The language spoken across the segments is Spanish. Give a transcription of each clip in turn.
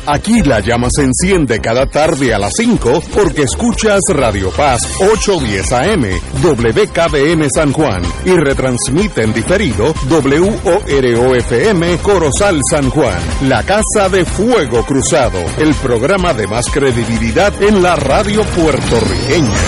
Aquí la llama se enciende cada tarde a las 5 porque escuchas Radio Paz 810 AM, WKBM San Juan y retransmite en diferido WOROFM Corozal San Juan. La Casa de Fuego Cruzado, el programa de más credibilidad en la radio puertorriqueña.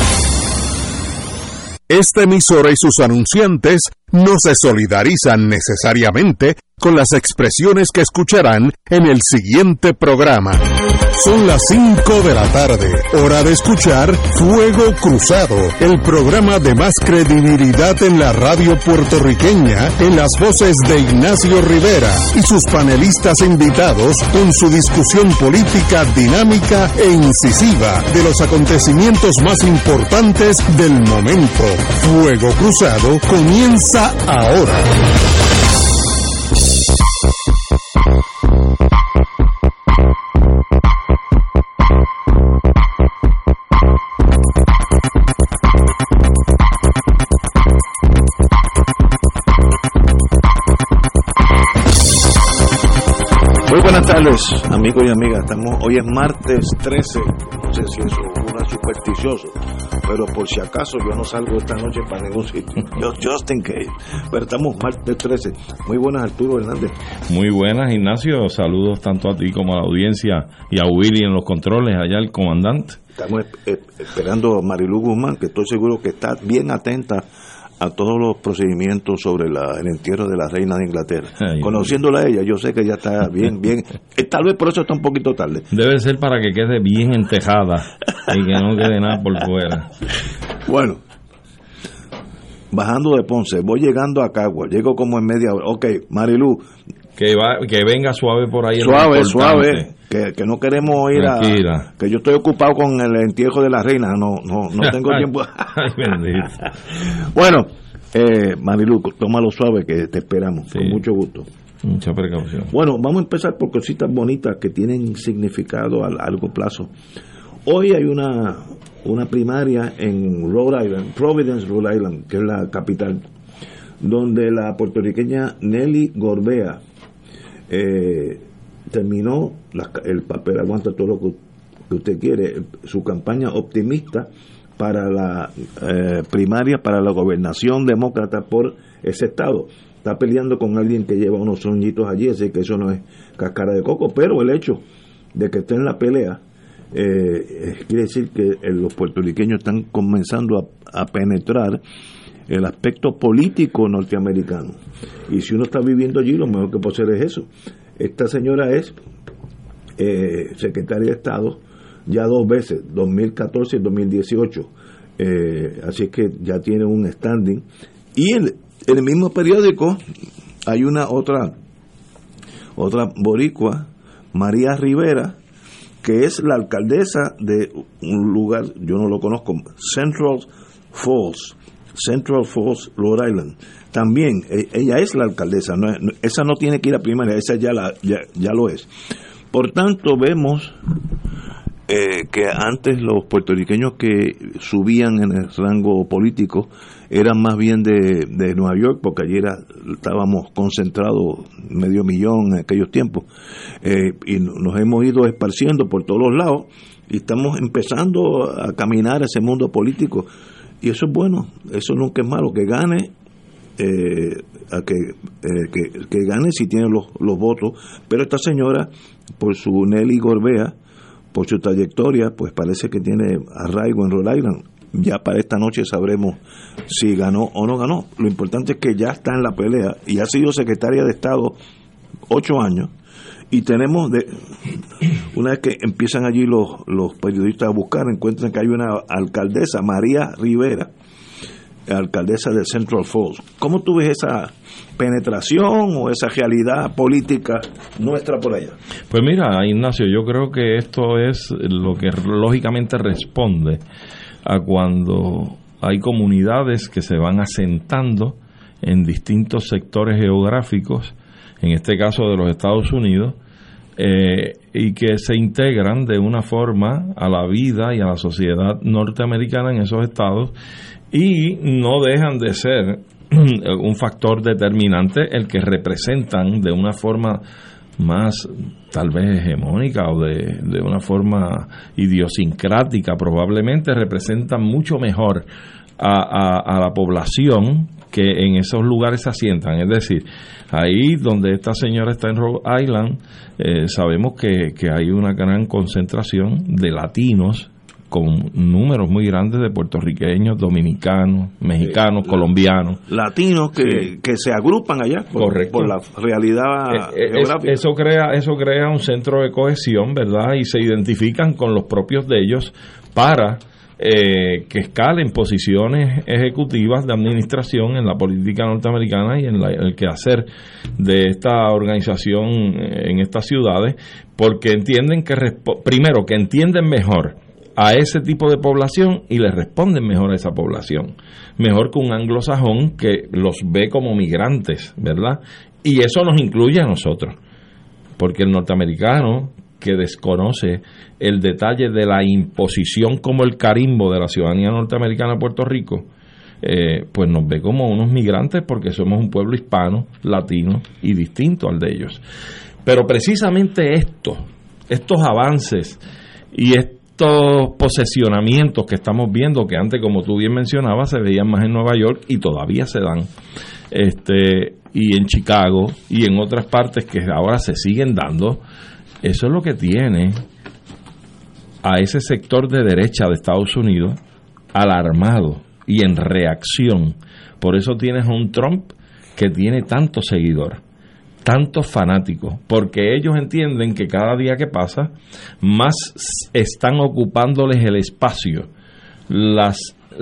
Esta emisora y sus anunciantes no se solidarizan necesariamente con las expresiones que escucharán en el siguiente programa. Son las 5 de la tarde, hora de escuchar Fuego Cruzado, el programa de más credibilidad en la radio puertorriqueña, en las voces de Ignacio Rivera y sus panelistas invitados con su discusión política dinámica e incisiva de los acontecimientos más importantes del momento. Fuego Cruzado comienza ahora. Muy buenas tardes, amigos y amigas. Hoy es martes 13. No sé si eso es una supersticioso, pero por si acaso yo no salgo esta noche para ningún sitio. Just in case. Pero estamos martes 13. Muy buenas, Arturo Hernández. Muy buenas, Ignacio. Saludos tanto a ti como a la audiencia y a Willy en los controles, allá el comandante. Estamos esperando a Marilu Guzmán, que estoy seguro que está bien atenta a todos los procedimientos sobre el entierro de la reina de Inglaterra. Ay, conociéndola a ella, yo sé que ya está bien. Tal vez por eso está un poquito tarde. Debe ser para que quede bien entejada y que no quede nada por fuera. Bueno, bajando de Ponce, voy llegando a Cagua, llego como en media hora. Ok, Marilu. Que venga suave por ahí. Suave. Que no queremos ir tranquila. Que yo estoy ocupado con el entierro de la reina, no tengo tiempo. Ay, bendito. Bueno, Marilu, tómalo suave que te esperamos, sí, con mucho gusto. Mucha precaución. Bueno, vamos a empezar por cositas bonitas que tienen significado a largo plazo. Hoy hay una primaria en Rhode Island, Providence, Rhode Island, que es la capital, donde la puertorriqueña Nelly Gorbea terminó el papel aguanta todo lo que usted quiere, su campaña optimista para la primaria para la gobernación demócrata por ese estado. Está peleando con alguien que lleva unos soñitos allí, así que eso no es cáscara de coco, pero el hecho de que esté en la pelea quiere decir que los puertorriqueños están comenzando a penetrar el aspecto político norteamericano, y si uno está viviendo allí, lo mejor que puede hacer es eso. Esta señora es secretaria de Estado ya 2 veces, 2014 y 2018, así que ya tiene un standing. Y en el mismo periódico hay una otra boricua, María Rivera, que es la alcaldesa de un lugar, yo no lo conozco, Central Falls, Rhode Island. También ella es la alcaldesa, esa no tiene que ir a primaria, esa ya lo es. Por tanto, vemos que antes los puertorriqueños que subían en el rango político eran más bien de Nueva York, porque allí estábamos concentrados 500,000 en aquellos tiempos, y nos hemos ido esparciendo por todos los lados y estamos empezando a caminar ese mundo político, y eso es bueno, eso nunca es malo, que gane. Que gane si tiene los votos, pero esta señora, por su Nelly Gorbea, por su trayectoria, pues parece que tiene arraigo en Rhode Island. Ya para esta noche sabremos si ganó o no ganó. Lo importante es que ya está en la pelea y ha sido secretaria de Estado 8 años, y tenemos una vez que empiezan allí los periodistas a buscar, encuentran que hay una alcaldesa, María Rivera, alcaldesa de Central Falls. ¿Cómo tú ves esa penetración o esa realidad política nuestra por allá? Pues mira, Ignacio, yo creo que esto es lo que lógicamente responde a cuando hay comunidades que se van asentando en distintos sectores geográficos, en este caso de los Estados Unidos, y que se integran de una forma a la vida y a la sociedad norteamericana en esos estados, y no dejan de ser un factor determinante el que representan de una forma más tal vez hegemónica o de una forma idiosincrática, probablemente representan mucho mejor a la población que en esos lugares se asientan. Es decir, ahí donde esta señora está en Rhode Island, sabemos que hay una gran concentración de latinos, con números muy grandes de puertorriqueños, dominicanos, mexicanos, colombianos. Latinos que se agrupan allá por la realidad geográfica. Eso crea un centro de cohesión, ¿verdad? Y se identifican con los propios de ellos para que escalen posiciones ejecutivas de administración en la política norteamericana y en el quehacer de esta organización en estas ciudades, porque entienden primero que entienden mejor a ese tipo de población y le responden mejor a esa población, mejor que un anglosajón que los ve como migrantes, ¿verdad? Y eso nos incluye a nosotros, porque el norteamericano que desconoce el detalle de la imposición como el carimbo de la ciudadanía norteamericana a Puerto Rico, pues nos ve como unos migrantes porque somos un pueblo hispano, latino y distinto al de ellos. Pero precisamente estos avances y estos posesionamientos que estamos viendo, que antes, como tú bien mencionabas, se veían más en Nueva York y todavía se dan, y en Chicago y en otras partes que ahora se siguen dando, eso es lo que tiene a ese sector de derecha de Estados Unidos alarmado y en reacción. Por eso tienes a un Trump que tiene tantos seguidores, tantos fanáticos, porque ellos entienden que cada día que pasa más están ocupándoles el espacio los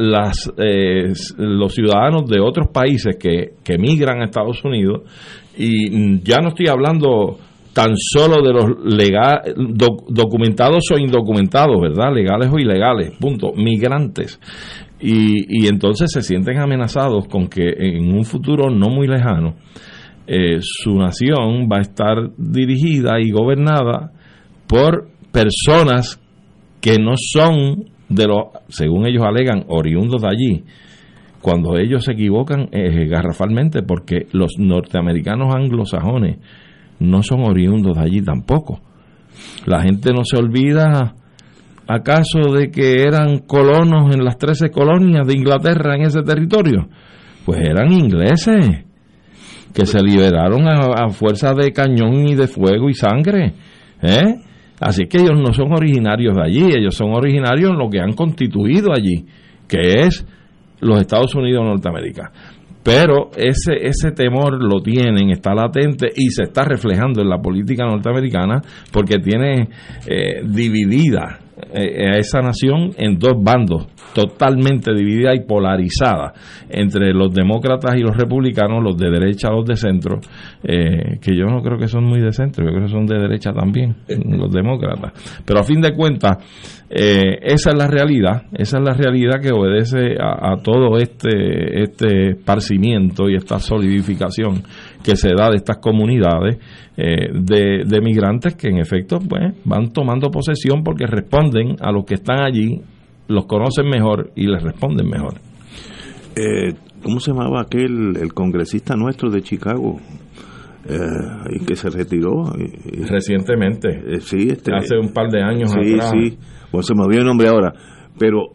ciudadanos de otros países que emigran a Estados Unidos, y ya no estoy hablando tan solo de los documentados o indocumentados, ¿verdad? Legales o ilegales, punto, migrantes. Y entonces se sienten amenazados con que en un futuro no muy lejano su nación va a estar dirigida y gobernada por personas que no son según ellos alegan, oriundos de allí, cuando ellos se equivocan garrafalmente, porque los norteamericanos anglosajones no son oriundos de allí tampoco. La gente no se olvida acaso de que eran colonos en las 13 colonias de Inglaterra en ese territorio. Pues eran ingleses que se liberaron a fuerza de cañón y de fuego y sangre, Así que ellos no son originarios de allí, ellos son originarios en lo que han constituido allí, que es los Estados Unidos de Norteamérica. Pero ese temor lo tienen, está latente y se está reflejando en la política norteamericana, porque tiene dividida a esa nación en dos bandos, totalmente dividida y polarizada entre los demócratas y los republicanos, los de derecha, los de centro, que yo no creo que son muy de centro, yo creo que son de derecha también, los demócratas. Pero a fin de cuentas, esa es la realidad que obedece a todo este esparcimiento y esta solidificación que se da de estas comunidades de migrantes que en efecto pues van tomando posesión porque responden a los que están allí, los conocen mejor y les responden mejor. ¿Cómo se llamaba el congresista nuestro de Chicago? Y que se retiró recientemente, sí, hace un par de años atrás. Sí, pues se me olvidó el nombre ahora, pero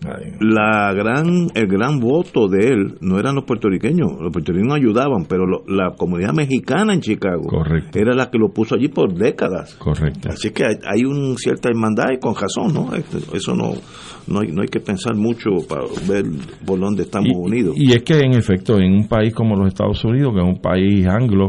el gran voto de él no eran los puertorriqueños ayudaban, pero la comunidad mexicana en Chicago, correcto, era la que lo puso allí por décadas. Correcto. Así que hay una cierta hermandad y con razón, ¿no? Eso no hay que pensar mucho para ver por dónde estamos unidos. Y es que en efecto en un país como los Estados Unidos, que es un país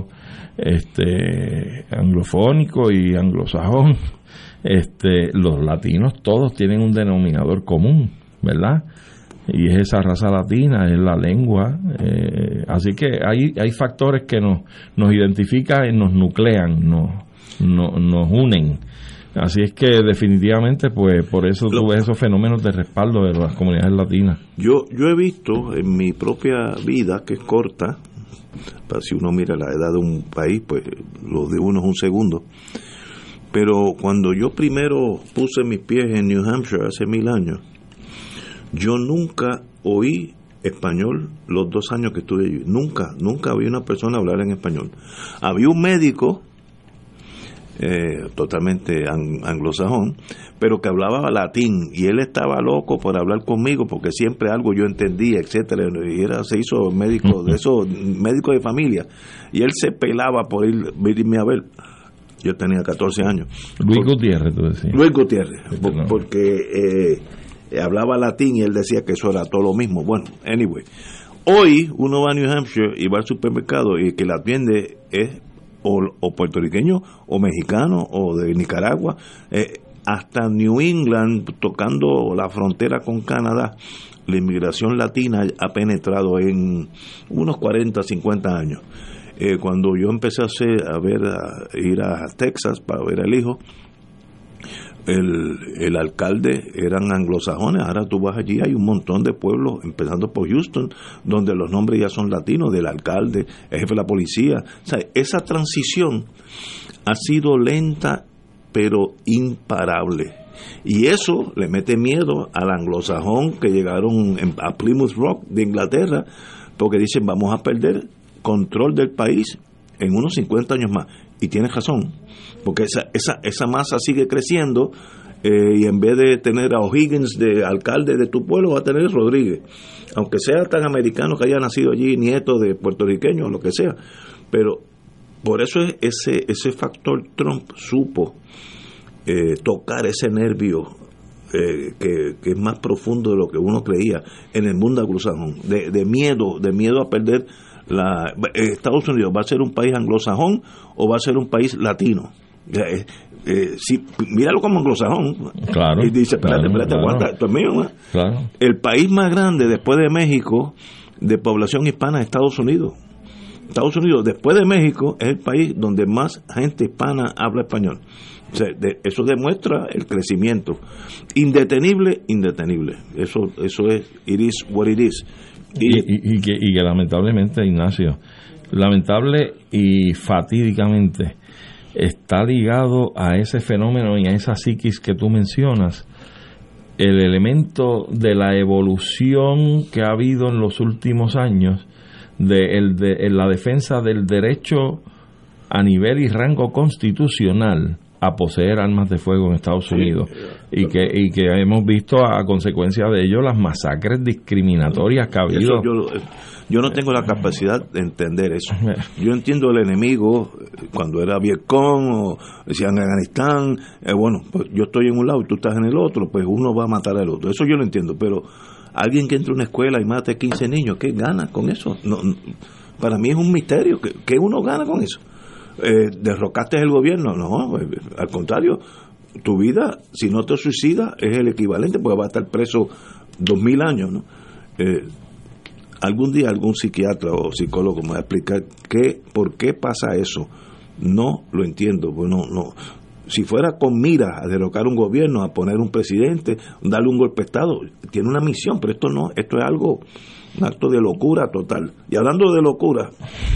anglofónico y anglosajón, los latinos todos tienen un denominador común, ¿verdad? Y es esa raza latina, es la lengua, así que hay factores que nos identifican y nos nuclean, nos unen. Así es que definitivamente pues por eso tú ves esos fenómenos de respaldo de las comunidades latinas. Yo he visto en mi propia vida, que es corta, para si uno mira la edad de un país, pues lo de uno es un segundo. Pero cuando yo primero puse mis pies en New Hampshire hace 1000 años, yo nunca oí español los 2 años que estuve allí. Nunca había una persona hablar en español. Había un médico totalmente anglosajón, pero que hablaba latín, y él estaba loco por hablar conmigo porque siempre algo yo entendía, etcétera, y se hizo médico de esos médico de familia, y él se pelaba por irme a ver. Yo tenía 14 años. Luis Gutiérrez, tú decías. Luis Gutiérrez, porque hablaba latín y él decía que eso era todo lo mismo. Bueno, anyway, hoy uno va a New Hampshire y va al supermercado y el que la atiende es o puertorriqueño o mexicano o de Nicaragua, hasta New England, tocando la frontera con Canadá. La inmigración latina ha penetrado en unos 40, 50 años. Cuando yo empecé a ir a Texas para ver al hijo, el alcalde eran anglosajones. Ahora tú vas allí, hay un montón de pueblos, empezando por Houston, donde los nombres ya son latinos, del alcalde, el jefe de la policía. O sea, esa transición ha sido lenta pero imparable, y eso le mete miedo al anglosajón que llegaron a Plymouth Rock de Inglaterra, porque dicen vamos a perder control del país en unos 50 años más. Y tienes razón, porque esa masa sigue creciendo, y en vez de tener a O'Higgins de alcalde de tu pueblo, va a tener Rodríguez, aunque sea tan americano que haya nacido allí, nieto de puertorriqueño o lo que sea. Pero por eso ese factor Trump supo tocar ese nervio que es más profundo de lo que uno creía en el mundo anglosajón, de miedo a perder Estados Unidos. ¿Va a ser un país anglosajón o va a ser un país latino? Sí, míralo como anglosajón. Claro. Y dice, espérate, aguanta, esto es mío, ¿no? Claro. El país más grande después de México de población hispana es Estados Unidos. Estados Unidos, después de México, es el país donde más gente hispana habla español. O sea, eso demuestra el crecimiento indetenible. Eso es, it is what it is. Y que lamentablemente, Ignacio, lamentable y fatídicamente está ligado a ese fenómeno y a esa psiquis que tú mencionas, el elemento de la evolución que ha habido en los últimos años en la defensa del derecho a nivel y rango constitucional a poseer armas de fuego en Estados Unidos, y que hemos visto a consecuencia de ello las masacres discriminatorias que ha habido. Yo no tengo la capacidad de entender eso. Yo entiendo el enemigo cuando era Vietcong o decían Afganistán, bueno, pues yo estoy en un lado y tú estás en el otro, pues uno va a matar al otro. Eso yo lo entiendo, pero alguien que entra a una escuela y mate 15 niños, ¿qué gana con eso? No, para mí es un misterio. ¿Qué uno gana con eso? ¿Derrocaste el gobierno? No, al contrario, tu vida, si no te suicidas, es el equivalente, porque va a estar preso 2000 años, ¿no? Algún día algún psiquiatra o psicólogo me va a explicar por qué pasa eso. No lo entiendo. Bueno, no. Si fuera con mira a derrocar un gobierno, a poner un presidente, darle un golpe de Estado, tiene una misión, pero esto no, esto es algo, un acto de locura total. Y hablando de locura,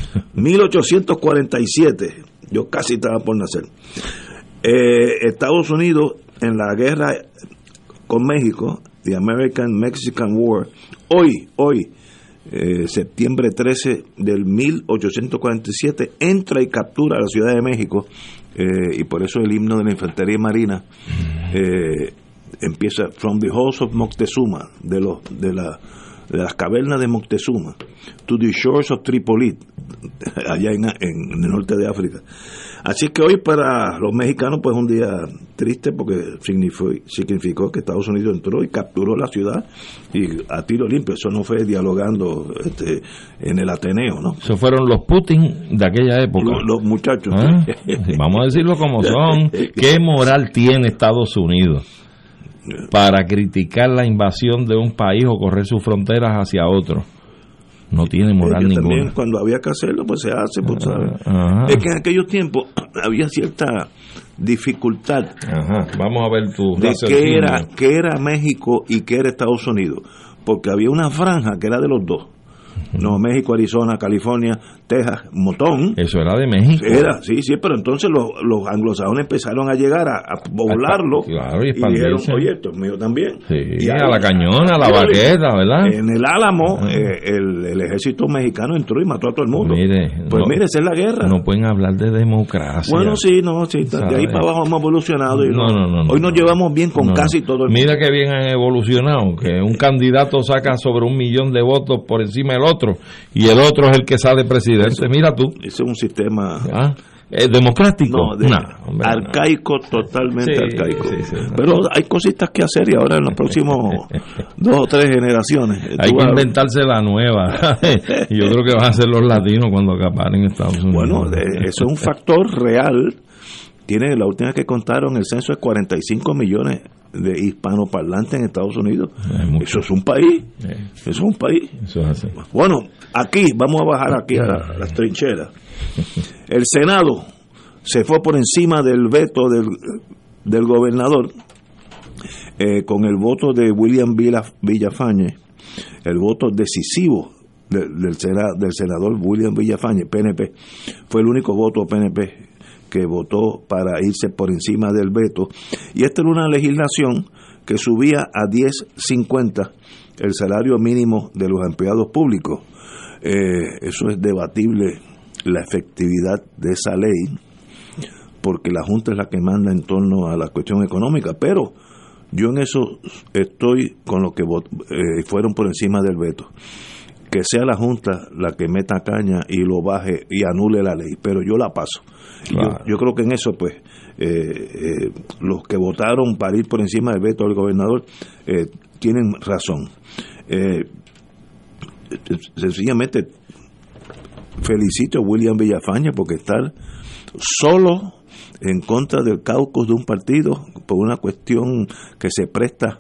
1847, yo casi estaba por nacer, Estados Unidos en la guerra con México, the American-Mexican War, hoy, septiembre 13 del 1847, entra y captura la Ciudad de México, y por eso el himno de la Infantería Marina empieza from the halls of Moctezuma, de las cavernas de Moctezuma, to the shores of Tripoli, allá en el norte de África. Así que hoy para los mexicanos pues un día triste, porque significó que Estados Unidos entró y capturó la ciudad y a tiro limpio. Eso no fue dialogando en el Ateneo, ¿no? Esos fueron los Putin de aquella época. Los muchachos. Vamos a decirlo como son. ¿Qué moral tiene Estados Unidos para criticar la invasión de un país o correr sus fronteras hacia otro? No tiene moral ninguna. También cuando había que hacerlo, pues se hace, pues, ¿sabes? Es que en aquellos tiempos había cierta dificultad. Vamos a ver tu de qué era México y qué era Estados Unidos, porque había una franja que era de los dos. Nuevo México, Arizona, California, Texas, un montón. Eso era de México. Sí, pero entonces los anglosajones empezaron a llegar a poblarlo. Claro, y dijeron, oye, esto es mío también. Sí, y a la Cañona, a la Baqueta, ¿verdad? En el Álamo, el ejército mexicano entró y mató a todo el mundo. Mire, esa es la guerra. No pueden hablar de democracia. Bueno, sí, de ahí para abajo hemos evolucionado. Y hoy nos llevamos bien con casi todo el mundo. Mira qué bien han evolucionado, que un candidato saca sobre 1 millón de votos por encima del otro, y el otro es el que sale presidente. Mira tú. Ese es un sistema... democrático. Arcaico, totalmente arcaico. Sí. Pero hay cositas que hacer y ahora en los próximos 2 o 3 generaciones. Hay que inventarse la nueva. Yo creo que van a ser los latinos cuando acaparen en Estados Unidos. Bueno, eso es un factor real. La última vez que contaron el censo es 45 millones de hispanoparlantes en Estados Unidos. Eso es un país. Eso es un país. Eso es así. Bueno, aquí, vamos a bajar aquí a las trincheras. El Senado se fue por encima del veto del gobernador con el voto de William Villafañe, el voto decisivo del senador William Villafañe, PNP. Fue el único voto PNP que votó para irse por encima del veto. Y esta era una legislación que subía a $10.50 el salario mínimo de los empleados públicos. Eso es debatible, la efectividad de esa ley, porque la Junta es la que manda en torno a la cuestión económica, pero yo en eso estoy con lo que fueron por encima del veto. Que sea la Junta la que meta caña y lo baje y anule la ley, pero yo la paso. Claro. Yo creo que en eso, pues, los que votaron para ir por encima del veto del gobernador tienen razón. Sencillamente felicito a William Villafañe porque estar solo en contra del caucus de un partido por una cuestión que se presta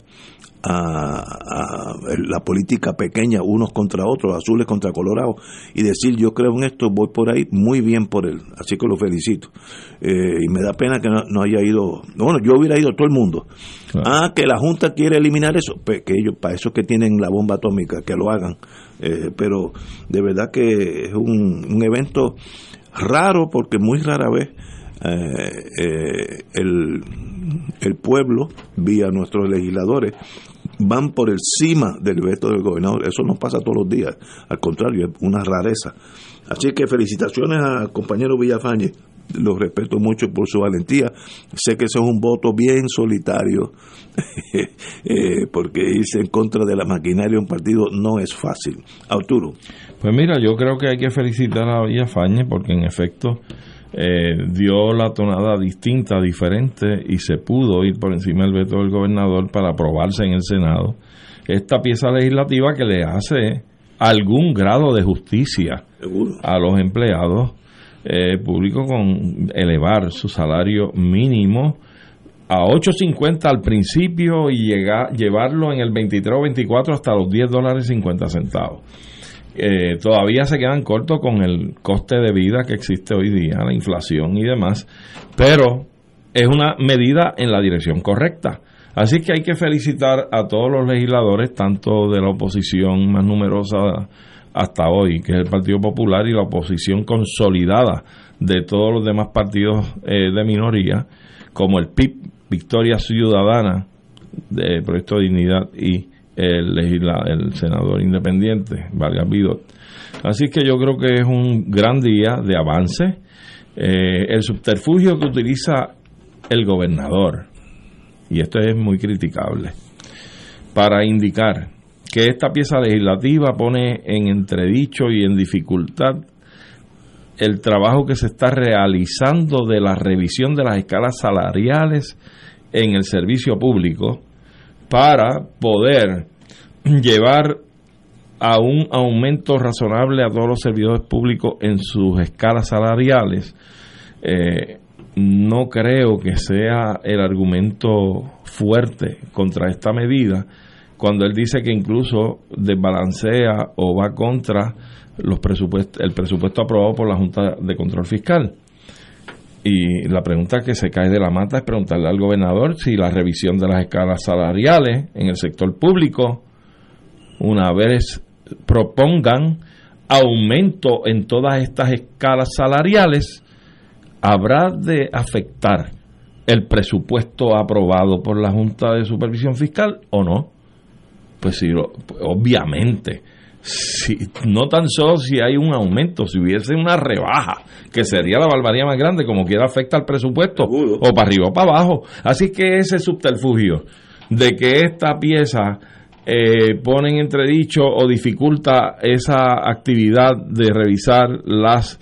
a la política pequeña, unos contra otros, azules contra colorados, y decir yo creo en esto, voy por ahí, muy bien por él, así que lo felicito. Y me da pena que no haya ido, bueno, yo hubiera ido todo el mundo. Claro. Que la Junta quiere eliminar eso, pues que ellos, para eso que tienen la bomba atómica, que lo hagan. Pero de verdad que es un evento raro, porque muy rara vez el pueblo, vía nuestros legisladores, van por encima del veto del gobernador. Eso no pasa todos los días, al contrario, es una rareza. Así que felicitaciones al compañero Villafañe, lo respeto mucho por su valentía. Sé que ese es un voto bien solitario, porque irse en contra de la maquinaria de un partido no es fácil. Arturo. Pues mira, yo creo que hay que felicitar a Villafañe porque en efecto dio la tonada distinta, diferente, y se pudo ir por encima del veto del gobernador para aprobarse en el Senado esta pieza legislativa que le hace algún grado de justicia a los empleados públicos, con elevar su salario mínimo a $8.50 al principio y llevarlo en el 23 o 24 hasta los $10.50. Todavía se quedan cortos con el coste de vida que existe hoy día, la inflación y demás, pero es una medida en la dirección correcta. Así que hay que felicitar a todos los legisladores, tanto de la oposición más numerosa hasta hoy, que es el Partido Popular, y la oposición consolidada de todos los demás partidos de minoría, como el PIB, Victoria Ciudadana, de Proyecto de Dignidad, y el senador independiente Vargas Vidot. Así que yo creo que es un gran día de avance. El subterfugio que utiliza el gobernador, y esto es muy criticable, para indicar que esta pieza legislativa pone en entredicho y en dificultad el trabajo que se está realizando de la revisión de las escalas salariales en el servicio público, para poder llevar a un aumento razonable a todos los servidores públicos en sus escalas salariales. No creo que sea el argumento fuerte contra esta medida, cuando él dice que incluso desbalancea o va contra el presupuesto aprobado por la Junta de Control Fiscal. Y la pregunta que se cae de la mata es preguntarle al gobernador si la revisión de las escalas salariales en el sector público, una vez propongan aumento en todas estas escalas salariales, habrá de afectar el presupuesto aprobado por la Junta de Supervisión Fiscal o no. Pues sí, obviamente, si, no tan solo si hay un aumento, si hubiese una rebaja, que sería la barbaridad más grande, como quiera afecta al presupuesto, o para arriba o para abajo. Así que ese subterfugio de que esta pieza pone en entredicho o dificulta esa actividad de revisar las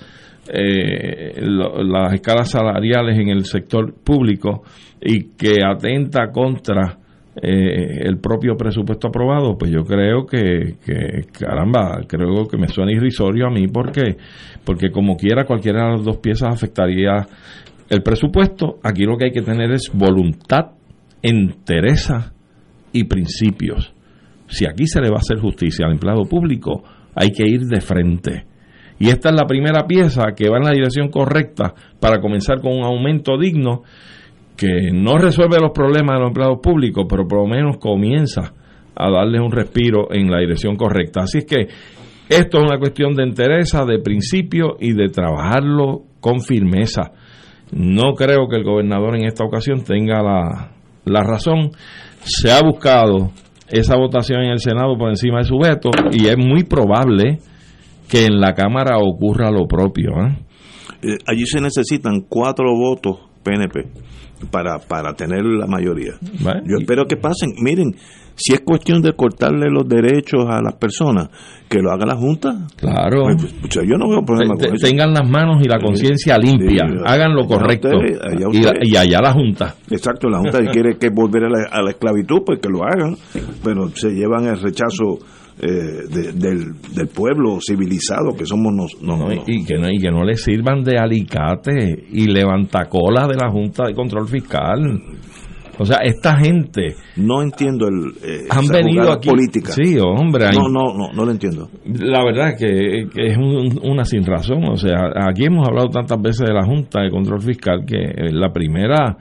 escalas salariales en el sector público y que atenta contra el propio presupuesto aprobado, pues yo creo que caramba, creo que me suena irrisorio a mí porque como quiera cualquiera de las dos piezas afectaría el presupuesto. Aquí lo que hay que tener es voluntad, entereza y principios. Si aquí se le va a hacer justicia al empleado público, hay que ir de frente. Y esta es la primera pieza que va en la dirección correcta para comenzar con un aumento digno que no resuelve los problemas de los empleados públicos, pero por lo menos comienza a darles un respiro en la dirección correcta. Así es que esto es una cuestión de entereza, de principio y de trabajarlo con firmeza. No creo que el gobernador en esta ocasión tenga la razón. Se ha buscado esa votación en el Senado por encima de su veto y es muy probable que en la Cámara ocurra lo propio. Allí se necesitan 4 votos PNP para tener la mayoría. Bueno, yo espero que pasen. Miren, si es cuestión de cortarle los derechos a las personas, que lo haga la Junta. Claro. Pues, yo no veo problema con eso. Tengan las manos y la conciencia limpia, hagan lo correcto. Y allá la Junta. Exacto, la Junta quiere que volver a la esclavitud, pues que lo hagan, pero se llevan el rechazo del pueblo civilizado que somos y que no le sirvan de alicate y levantacolas de la Junta de Control Fiscal. O sea, esta gente no entiendo han venido aquí política. Sí, hombre, no lo entiendo. La verdad es que es una sin razón. O sea, aquí hemos hablado tantas veces de la Junta de Control Fiscal que la primera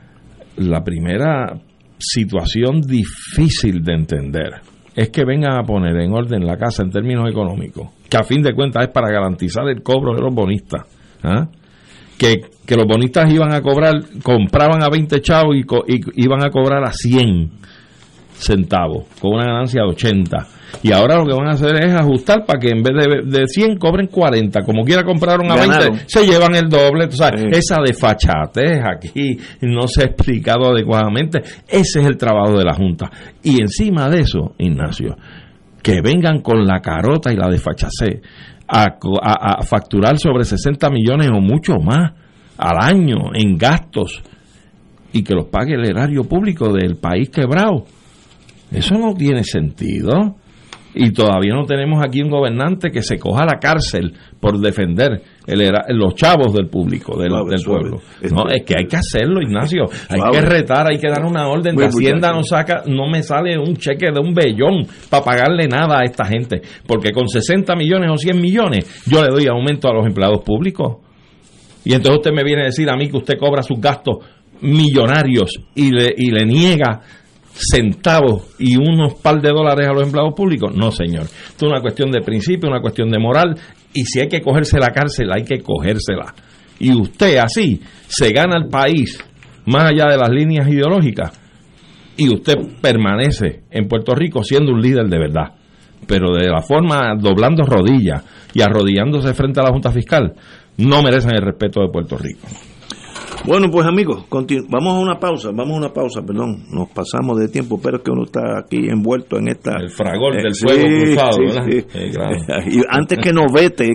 situación difícil de entender es que vengan a poner en orden la casa en términos económicos, que a fin de cuentas es para garantizar el cobro de los bonistas. Que los bonistas iban a cobrar, compraban a 20 chavos y iban a cobrar a 100 centavos, con una ganancia de 80. Y ahora lo que van a hacer es ajustar para que en vez de 100 cobren 40. Como quiera compraron a 20, se llevan el doble. O sea, esa desfachatez aquí no se ha explicado adecuadamente. Ese es el trabajo de la Junta. Y encima de eso, Ignacio, que vengan con la carota y la desfachatez a facturar sobre 60 millones o mucho más al año en gastos y que los pague el erario público del país quebrado. Eso no tiene sentido. Y todavía no tenemos aquí un gobernante que se coja a la cárcel por defender los chavos del público, del pueblo. No, es que hay que hacerlo, Ignacio. Hay que retar, hay que dar una orden de Hacienda. No me sale un cheque de un bellón para pagarle nada a esta gente. Porque con 60 millones o 100 millones yo le doy aumento a los empleados públicos. Y entonces usted me viene a decir a mí que usted cobra sus gastos millonarios y le niega centavos y unos par de dólares a los empleados públicos. No, señor. Esto es una cuestión de principio, una cuestión de moral, y si hay que cogerse la cárcel, hay que cogérsela. Y usted así se gana el país más allá de las líneas ideológicas y usted permanece en Puerto Rico siendo un líder de verdad, pero de la forma doblando rodillas y arrodillándose frente a la Junta Fiscal, no merecen el respeto de Puerto Rico. Bueno, pues amigos, vamos a una pausa, perdón, nos pasamos de tiempo, pero es que uno está aquí envuelto en esta... El fragor del fuego cruzado, ¿verdad? Sí, claro. Y antes que nos veten,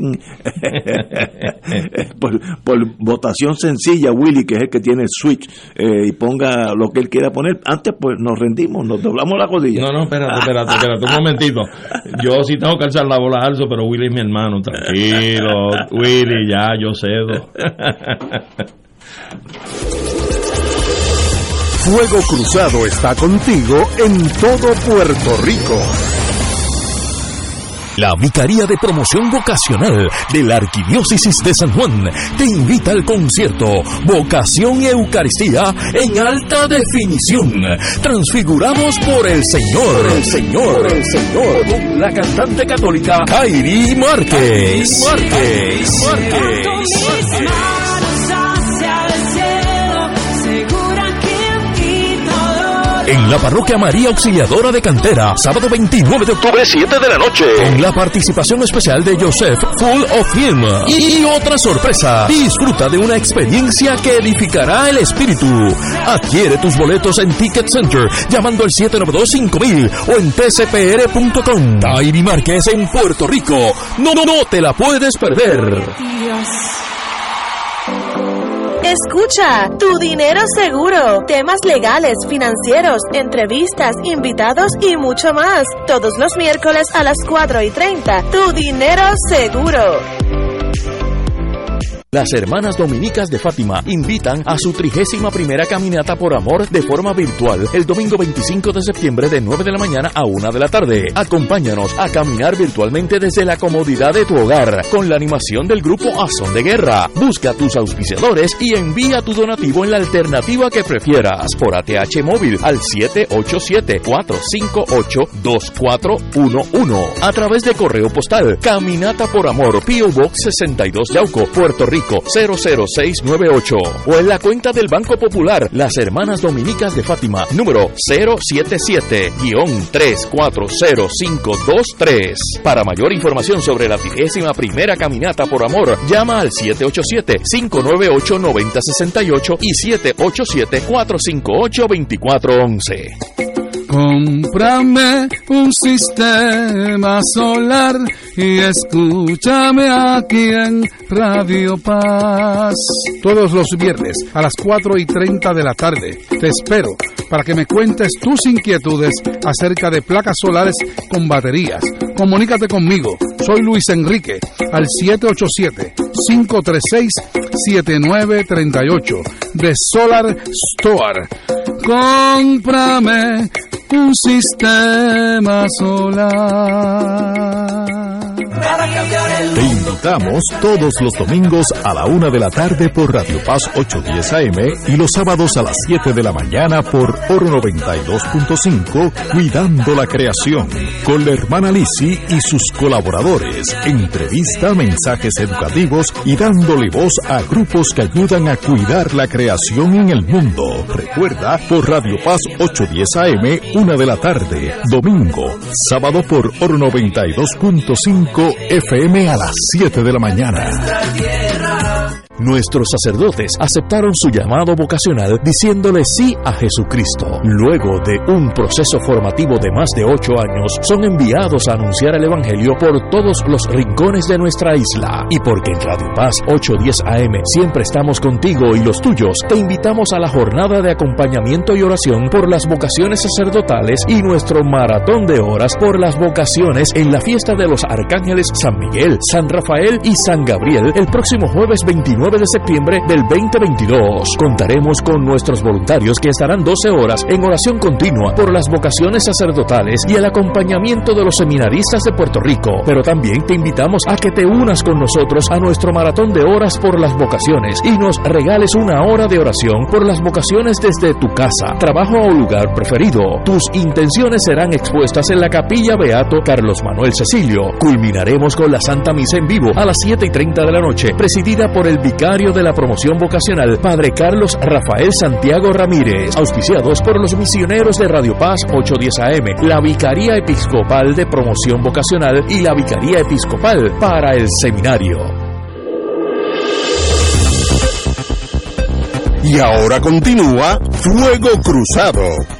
por votación sencilla, Willy, que es el que tiene el switch, y ponga lo que él quiera poner, antes pues nos rendimos, nos doblamos la rodilla. No, espérate, un momentito. Yo sí tengo que alzar la bola alzo, pero Willy es mi hermano, tranquilo, Willy, ya, yo cedo. Fuego Cruzado está contigo en todo Puerto Rico. La Vicaría de Promoción Vocacional de la Arquidiócesis de San Juan te invita al concierto Vocación y Eucaristía en alta definición. Transfigurados por el Señor, con la cantante católica Kairi Márquez. En la Parroquia María Auxiliadora de Cantera, sábado 29 de octubre, 7 de la noche, con la participación especial de Joseph Full of Him y otra sorpresa. Disfruta de una experiencia que edificará el espíritu. Adquiere tus boletos en Ticket Center llamando al 792-5000 o en tcpr.com. Kairi Márquez en Puerto Rico. No te la puedes perder. Escucha, Tu Dinero Seguro, temas legales, financieros, entrevistas, invitados y mucho más. Todos los miércoles a las 4:30. Tu Dinero Seguro. Las Hermanas Dominicas de Fátima invitan a su 31ª Caminata por Amor de forma virtual el domingo 25 de septiembre de 9 de la mañana a 1 de la tarde. Acompáñanos a caminar virtualmente desde la comodidad de tu hogar con la animación del grupo A Son de Guerra. Busca tus auspiciadores y envía tu donativo en la alternativa que prefieras por ATH móvil al 787-458-2411 a través de correo postal Caminata por Amor, P.O. Box 62 Yauco, Puerto Rico 00698 o en la cuenta del Banco Popular Las Hermanas Dominicas de Fátima número 077-340523. Para mayor información sobre la 31ª Caminata por Amor, llama al 787-598-9068 y 787-458-2411. Cómprame un sistema solar y escúchame aquí en Radio Paz. Todos los viernes a las 4:30 de la tarde te espero para que me cuentes tus inquietudes acerca de placas solares con baterías. Comunícate conmigo, soy Luis Enrique, al 787-536-7938 de Solar Store. Cómprame un sistema solar. Te invitamos todos los domingos a la 1 de la tarde por Radio Paz 810 AM y los sábados a las 7 de la mañana por Oro 92.5, Cuidando la Creación, con la hermana Lizzy y sus colaboradores. Entrevista, mensajes educativos y dándole voz a grupos que ayudan a cuidar la creación en el mundo. Recuerda, por Radio Paz 810 AM, 1 de la tarde, domingo, sábado por Oro 92.5 FM a las 7 de la mañana. Nuestros sacerdotes aceptaron su llamado vocacional diciéndole sí a Jesucristo. Luego de un proceso formativo de más de 8 años, son enviados a anunciar el Evangelio por todos los rincones de nuestra isla. Y porque en Radio Paz 810 AM siempre estamos contigo y los tuyos, te invitamos a la jornada de acompañamiento y oración por las vocaciones sacerdotales y nuestro maratón de horas por las vocaciones en la fiesta de los arcángeles San Miguel, San Rafael y San Gabriel el próximo jueves 29 de septiembre del 2022. Contaremos con nuestros voluntarios que estarán 12 horas en oración continua por las vocaciones sacerdotales y el acompañamiento de los seminaristas de Puerto Rico. Pero también te invitamos a que te unas con nosotros a nuestro maratón de horas por las vocaciones y nos regales una hora de oración por las vocaciones desde tu casa, trabajo o lugar preferido. Tus intenciones serán expuestas en la Capilla Beato Carlos Manuel Cecilio. Culminaremos con la Santa Misa en vivo a las 7:30 de la noche, presidida por el vicario de la promoción vocacional, Padre Carlos Rafael Santiago Ramírez, auspiciados por los misioneros de Radio Paz 810 AM, la Vicaría Episcopal de Promoción Vocacional y la Vicaría Episcopal para el Seminario. Y ahora continúa Fuego Cruzado.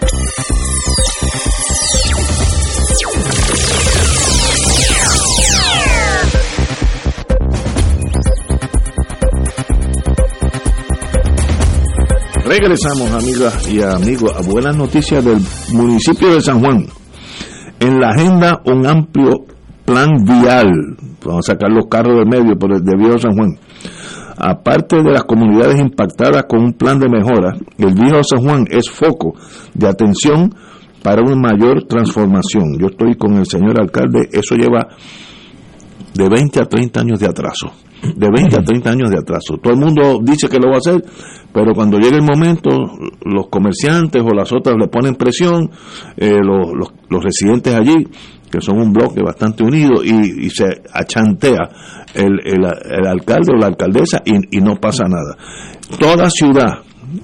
Regresamos, amigas y amigos, a buenas noticias del municipio de San Juan. En la agenda, un amplio plan vial. Vamos a sacar los carros del medio por el de Viejo San Juan. Aparte de las comunidades impactadas con un plan de mejora, el Viejo San Juan es foco de atención para una mayor transformación. Yo estoy con el señor alcalde, eso lleva de 20 a 30 años de atraso. De 20 a 30 años de atraso. Todo el mundo dice que lo va a hacer, pero cuando llegue el momento, los comerciantes o las otras le ponen presión, los residentes allí, que son un bloque bastante unido, y se achantea el alcalde o la alcaldesa y no pasa nada. Toda ciudad,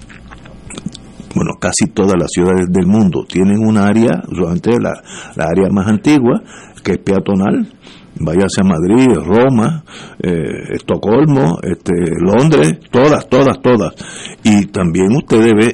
bueno, casi todas las ciudades del mundo tienen un área, solamente la área más antigua, que es peatonal. Váyase a Madrid, Roma, Estocolmo, Londres, todas. Y también usted ve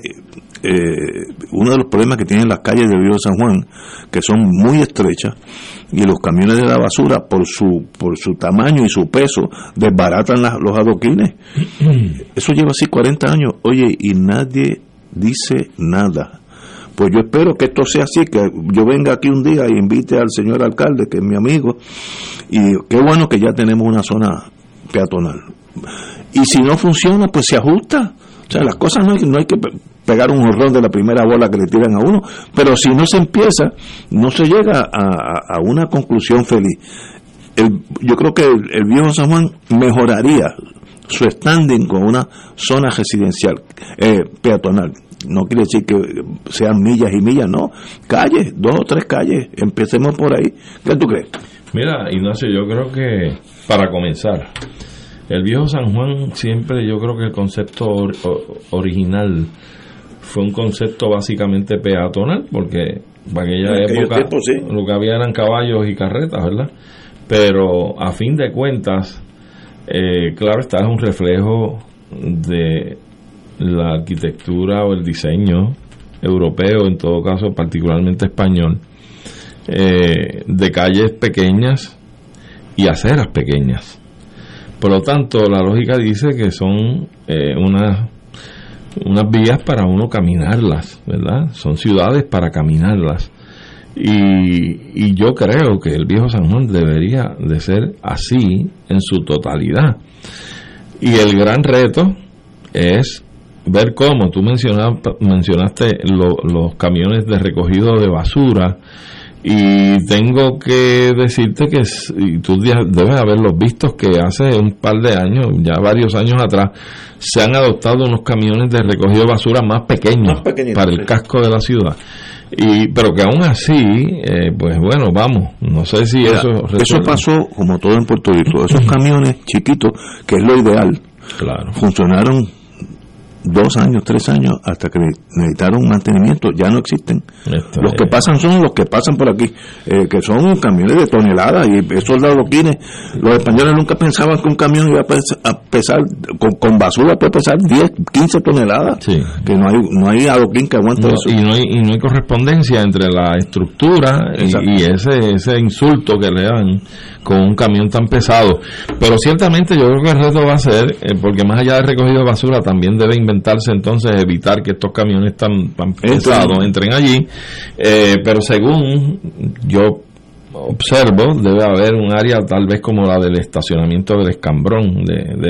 uno de los problemas que tienen las calles del Río de San Juan, que son muy estrechas, y los camiones de la basura, por su tamaño y su peso, desbaratan los adoquines. Eso lleva así 40 años, oye, y nadie dice nada. Pues yo espero que esto sea así, que yo venga aquí un día y invite al señor alcalde, que es mi amigo, y qué bueno que ya tenemos una zona peatonal. Y si no funciona, pues se ajusta. O sea, las cosas no hay que pegar un horror de la primera bola que le tiran a uno, pero si no se empieza, no se llega a una conclusión feliz. Yo creo que el viejo San Juan mejoraría su standing con una zona residencial peatonal. No quiere decir que sean millas y millas, no. Calles, 2 o 3 calles, empecemos por ahí. ¿Qué tú crees? Mira, Ignacio, yo creo que, para comenzar, el viejo San Juan siempre, yo creo que el concepto original fue un concepto básicamente peatonal, porque para aquella época lo que había eran caballos y carretas, ¿verdad? Pero a fin de cuentas, claro está, es un reflejo de la arquitectura o el diseño europeo, en todo caso particularmente español, de calles pequeñas y aceras pequeñas. Por lo tanto, la lógica dice que son unas vías para uno caminarlas, ¿verdad? Son ciudades para caminarlas. Y yo creo que el viejo San Juan debería de ser así en su totalidad. Y el gran reto es ver cómo tú mencionaste los camiones de recogido de basura, y tengo que decirte que tú debes haberlos visto, que hace un par de años, ya varios años atrás, se han adoptado unos camiones de recogido de basura más pequeños para el casco de la ciudad. Pero que aún así, pues bueno, vamos, no sé si eso pasó como todo en Puerto Rico. Esos camiones chiquitos, que es lo ideal, claro, funcionaron 2 años, 3 años, hasta que necesitaron mantenimiento, ya no existen. Los que pasan son los que pasan por aquí, que son camiones de toneladas, y esos adoquines, los españoles nunca pensaban que un camión iba a pesar, con basura puede pesar 10, 15 toneladas, sí, que no hay adoquín que aguante eso. Y no hay correspondencia entre la estructura y ese insulto que le dan con un camión tan pesado. Pero ciertamente yo creo que el reto va a ser, porque más allá del recogido de basura, también debe inventarse entonces evitar que estos camiones tan pesados entren allí. Pero según yo observo, debe haber un área tal vez como la del estacionamiento del Escambrón,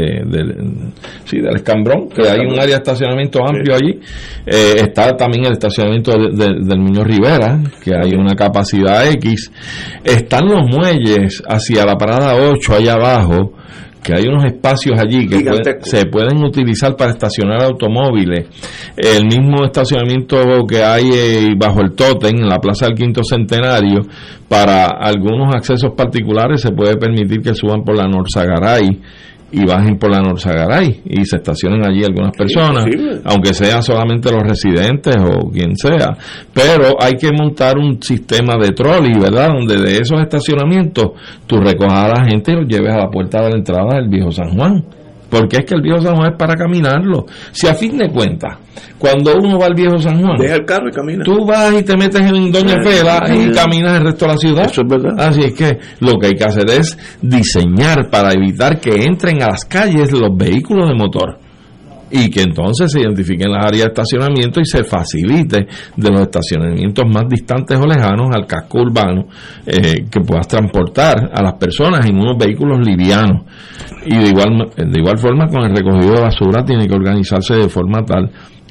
del Escambrón, que hay un área de estacionamiento amplio allí. Está también el estacionamiento del Muñoz Rivera, que hay una capacidad X. Están los muelles hacia la parada 8 allá abajo, que hay unos espacios allí que se pueden utilizar para estacionar automóviles. El mismo estacionamiento que hay bajo el Tótem, en la Plaza del Quinto Centenario, para algunos accesos particulares se puede permitir que suban por la Norzagaray y bajen por la Norzagaray y se estacionen allí algunas personas, aunque sean solamente los residentes o quien sea. Pero hay que montar un sistema de trolley, ¿verdad?, donde de esos estacionamientos tú recojas a la gente y los lleves a la puerta de la entrada del viejo San Juan. Porque es que el viejo San Juan es para caminarlo. Si a fin de cuentas, cuando uno va al viejo San Juan, deja el carro y camina. Tú vas y te metes en Doña Fela y caminas el resto de la ciudad. Eso es verdad. Así es que lo que hay que hacer es diseñar para evitar que entren a las calles los vehículos de motor, y que entonces se identifiquen las áreas de estacionamiento y se facilite de los estacionamientos más distantes o lejanos al casco urbano, que puedas transportar a las personas en unos vehículos livianos. Y de igual forma, con el recogido de basura tiene que organizarse de forma tal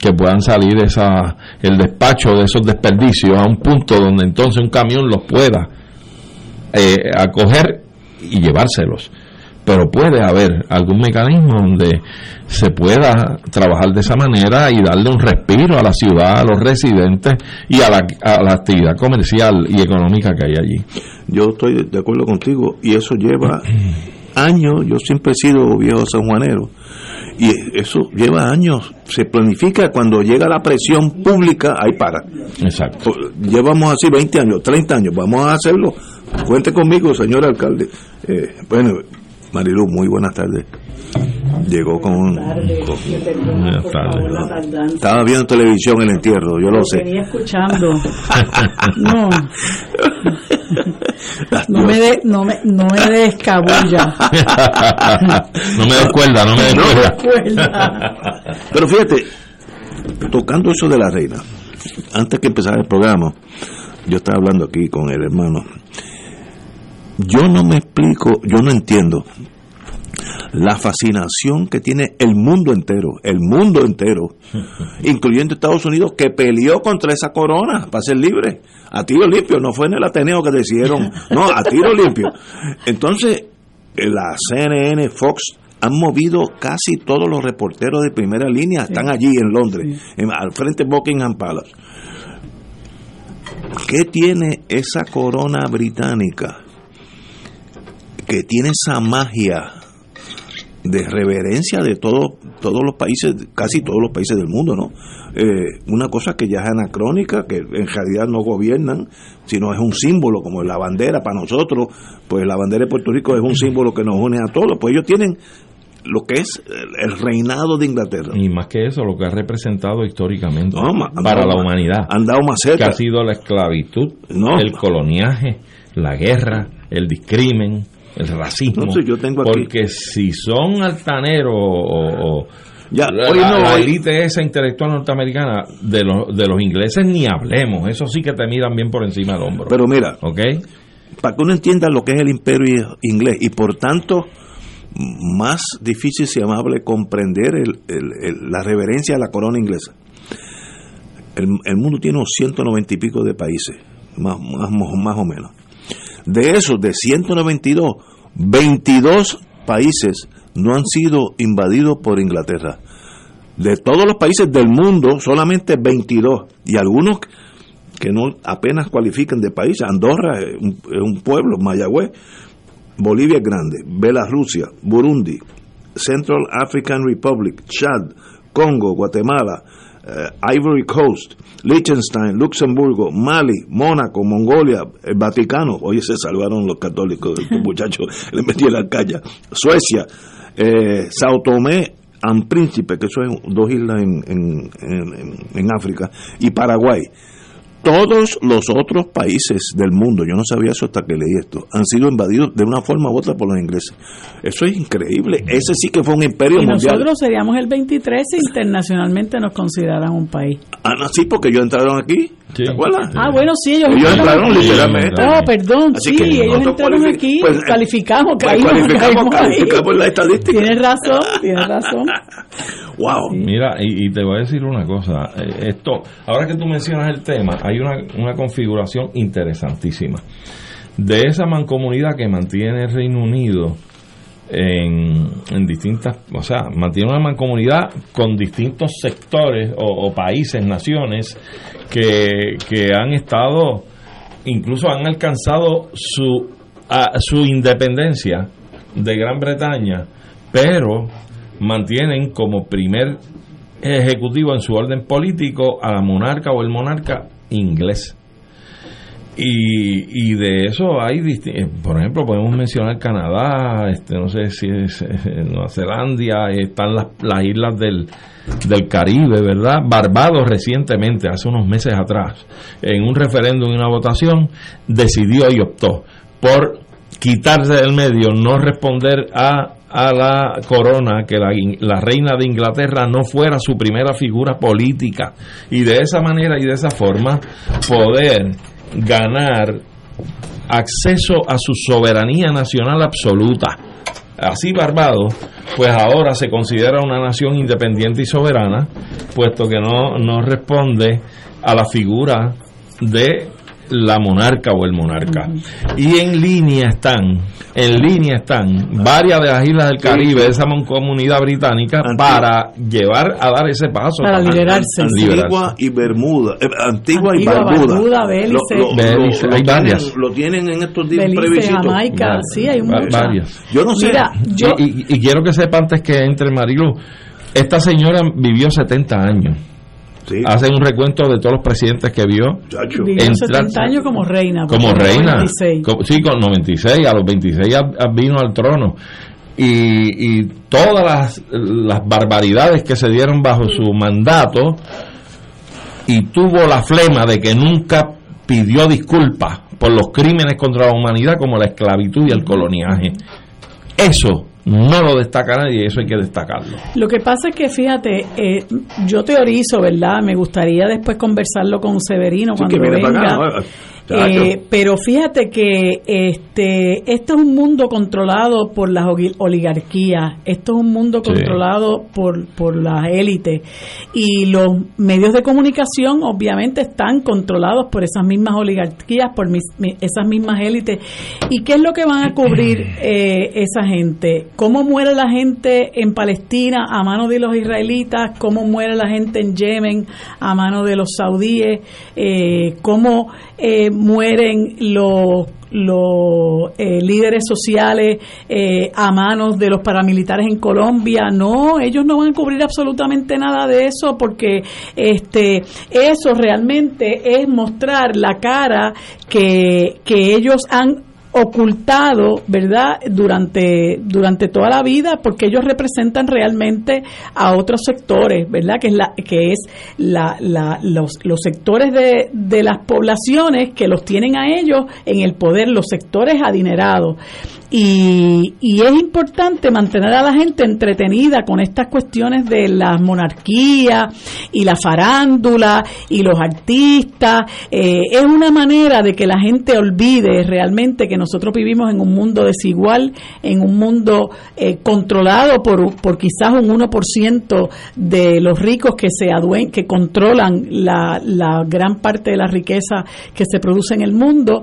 que puedan salir el despacho de esos desperdicios a un punto donde entonces un camión los pueda acoger y llevárselos. Pero puede haber algún mecanismo donde se pueda trabajar de esa manera y darle un respiro a la ciudad, a los residentes y a la actividad comercial y económica que hay allí. Yo estoy de acuerdo contigo, y eso lleva años. Yo siempre he sido viejo sanjuanero, y eso lleva años. Se planifica, cuando llega la presión pública, ahí para. Exacto. Llevamos así 20 años, 30 años, vamos a hacerlo. Cuente conmigo, señor alcalde. Bueno, Marilu, muy buenas tardes. Llegó Buenas tardes. Estaba viendo televisión el entierro, yo lo sé. Venía escuchando. No me descabulla. No me descuerda. Pero fíjate, tocando eso de la reina, antes que empezara el programa, yo estaba hablando aquí con el hermano. Yo no me explico, yo no entiendo la fascinación que tiene el mundo entero, incluyendo Estados Unidos, que peleó contra esa corona para ser libre, a tiro limpio. No fue en el Ateneo que decidieron, no, a tiro limpio. Entonces, la CNN, Fox, han movido casi todos los reporteros de primera línea, están allí en Londres, al frente de Buckingham Palace. ¿Qué tiene esa corona británica que tiene esa magia de reverencia de todos los países, casi todos los países del mundo, ¿no? Una cosa que ya es anacrónica, que en realidad no gobiernan, sino es un símbolo, como la bandera para nosotros. Pues la bandera de Puerto Rico es un símbolo que nos une a todos. Pues ellos tienen lo que es el reinado de Inglaterra. Y más que eso, lo que ha representado históricamente para la humanidad. Han dado más cerca. Que ha sido la esclavitud, el coloniaje, la guerra, el discrimen, el racismo. Entonces, yo tengo aquí, porque si son altaneros o la élite esa intelectual norteamericana, de los ingleses ni hablemos. Eso sí que te miran bien por encima del hombro. Pero mira, ¿okay? Para que uno entienda lo que es el imperio inglés, y por tanto más difícil y amable comprender la reverencia a la corona inglesa. El mundo tiene unos 190 y pico de países, más o menos. De esos, de 192, 22 países no han sido invadidos por Inglaterra. De todos los países del mundo, solamente 22. Y algunos que no apenas cualifican de país. Andorra es un pueblo, Mayagüez. Bolivia es grande, Bielorrusia, Burundi, Central African Republic, Chad, Congo, Guatemala, Ivory Coast, Liechtenstein, Luxemburgo, Mali, Mónaco, Mongolia, el Vaticano. Oye, se salvaron los católicos, el muchacho le metió en la calle. Suecia, Sao Tomé and Príncipe, que eso es 2 islas en África, y Paraguay. Todos los otros países del mundo, yo no sabía eso hasta que leí esto, han sido invadidos de una forma u otra por los ingleses. Eso es increíble. Ese sí que fue un imperio mundial. Y nosotros seríamos el 23 si internacionalmente nos consideran un país. Sí, porque ellos entraron aquí. Sí. ¿Te acuerdas? Bueno, sí, ellos entraron literalmente. Perdón, así sí, ellos entraron aquí, pues, calificamos la estadística. Tienes razón. Wow. Sí. Mira, y te voy a decir una cosa. Ahora que tú mencionas el tema, hay una configuración interesantísima de esa mancomunidad que mantiene el Reino Unido en distintas, o sea, mantiene una mancomunidad con distintos sectores o países, naciones que han estado, incluso han alcanzado su independencia de Gran Bretaña, pero mantienen como primer ejecutivo en su orden político a la monarca o el monarca inglés. Y de eso hay, por ejemplo, podemos mencionar Canadá, no sé si es Nueva Zelanda, están las islas del Caribe, ¿verdad? Barbados recientemente, hace unos meses atrás, en un referéndum y una votación, decidió y optó por quitarse del medio, no responder a la corona, que la reina de Inglaterra no fuera su primera figura política, y de esa manera y de esa forma poder ganar acceso a su soberanía nacional absoluta. Así Barbados, pues ahora se considera una nación independiente y soberana, puesto que no responde a la figura de la monarca o el monarca. Y en línea están varias de las islas del Caribe, de esa comunidad británica, para llevar a dar ese paso. Para liberarse. Antigua y Bermuda. Antigua y Barbuda. Belice. Lo tienen en estos días Belice, plebiscitos. Jamaica, sí, hay varias. Yo no sé. Mira, y quiero que sepa antes que entre Marilu, esta señora vivió 70 años. Sí. Hace un recuento de todos los presidentes que vio. Vivió 70 años como reina. Como reina. 96. Sí, con 96. A los 26 vino al trono. Y todas las barbaridades que se dieron bajo su mandato, y tuvo la flema de que nunca pidió disculpas por los crímenes contra la humanidad como la esclavitud y el coloniaje. Eso no lo destaca nadie, y eso hay que destacarlo. Lo que pasa es que, fíjate, yo teorizo, ¿verdad? Me gustaría después conversarlo con Severino cuando venga. Pero fíjate que esto es un mundo controlado por las oligarquías, esto es un mundo controlado por las élites, y los medios de comunicación obviamente están controlados por esas mismas oligarquías, por esas mismas élites. ¿Y qué es lo que van a cubrir esa gente? ¿Cómo muere la gente en Palestina a manos de los israelitas? ¿Cómo muere la gente en Yemen a manos de los saudíes? ¿Cómo mueren los líderes sociales a manos de los paramilitares en Colombia? No, ellos no van a cubrir absolutamente nada de eso, porque eso realmente es mostrar la cara que ellos han ocultado, ¿verdad?, durante toda la vida, porque ellos representan realmente a otros sectores, ¿verdad?, que es los sectores de las poblaciones que los tienen a ellos en el poder, los sectores adinerados. Y es importante mantener a la gente entretenida con estas cuestiones de la monarquía y la farándula y los artistas. Es una manera de que la gente olvide realmente que nosotros vivimos en un mundo desigual, en un mundo controlado por quizás un 1% de los ricos que controlan la gran parte de la riqueza que se produce en el mundo.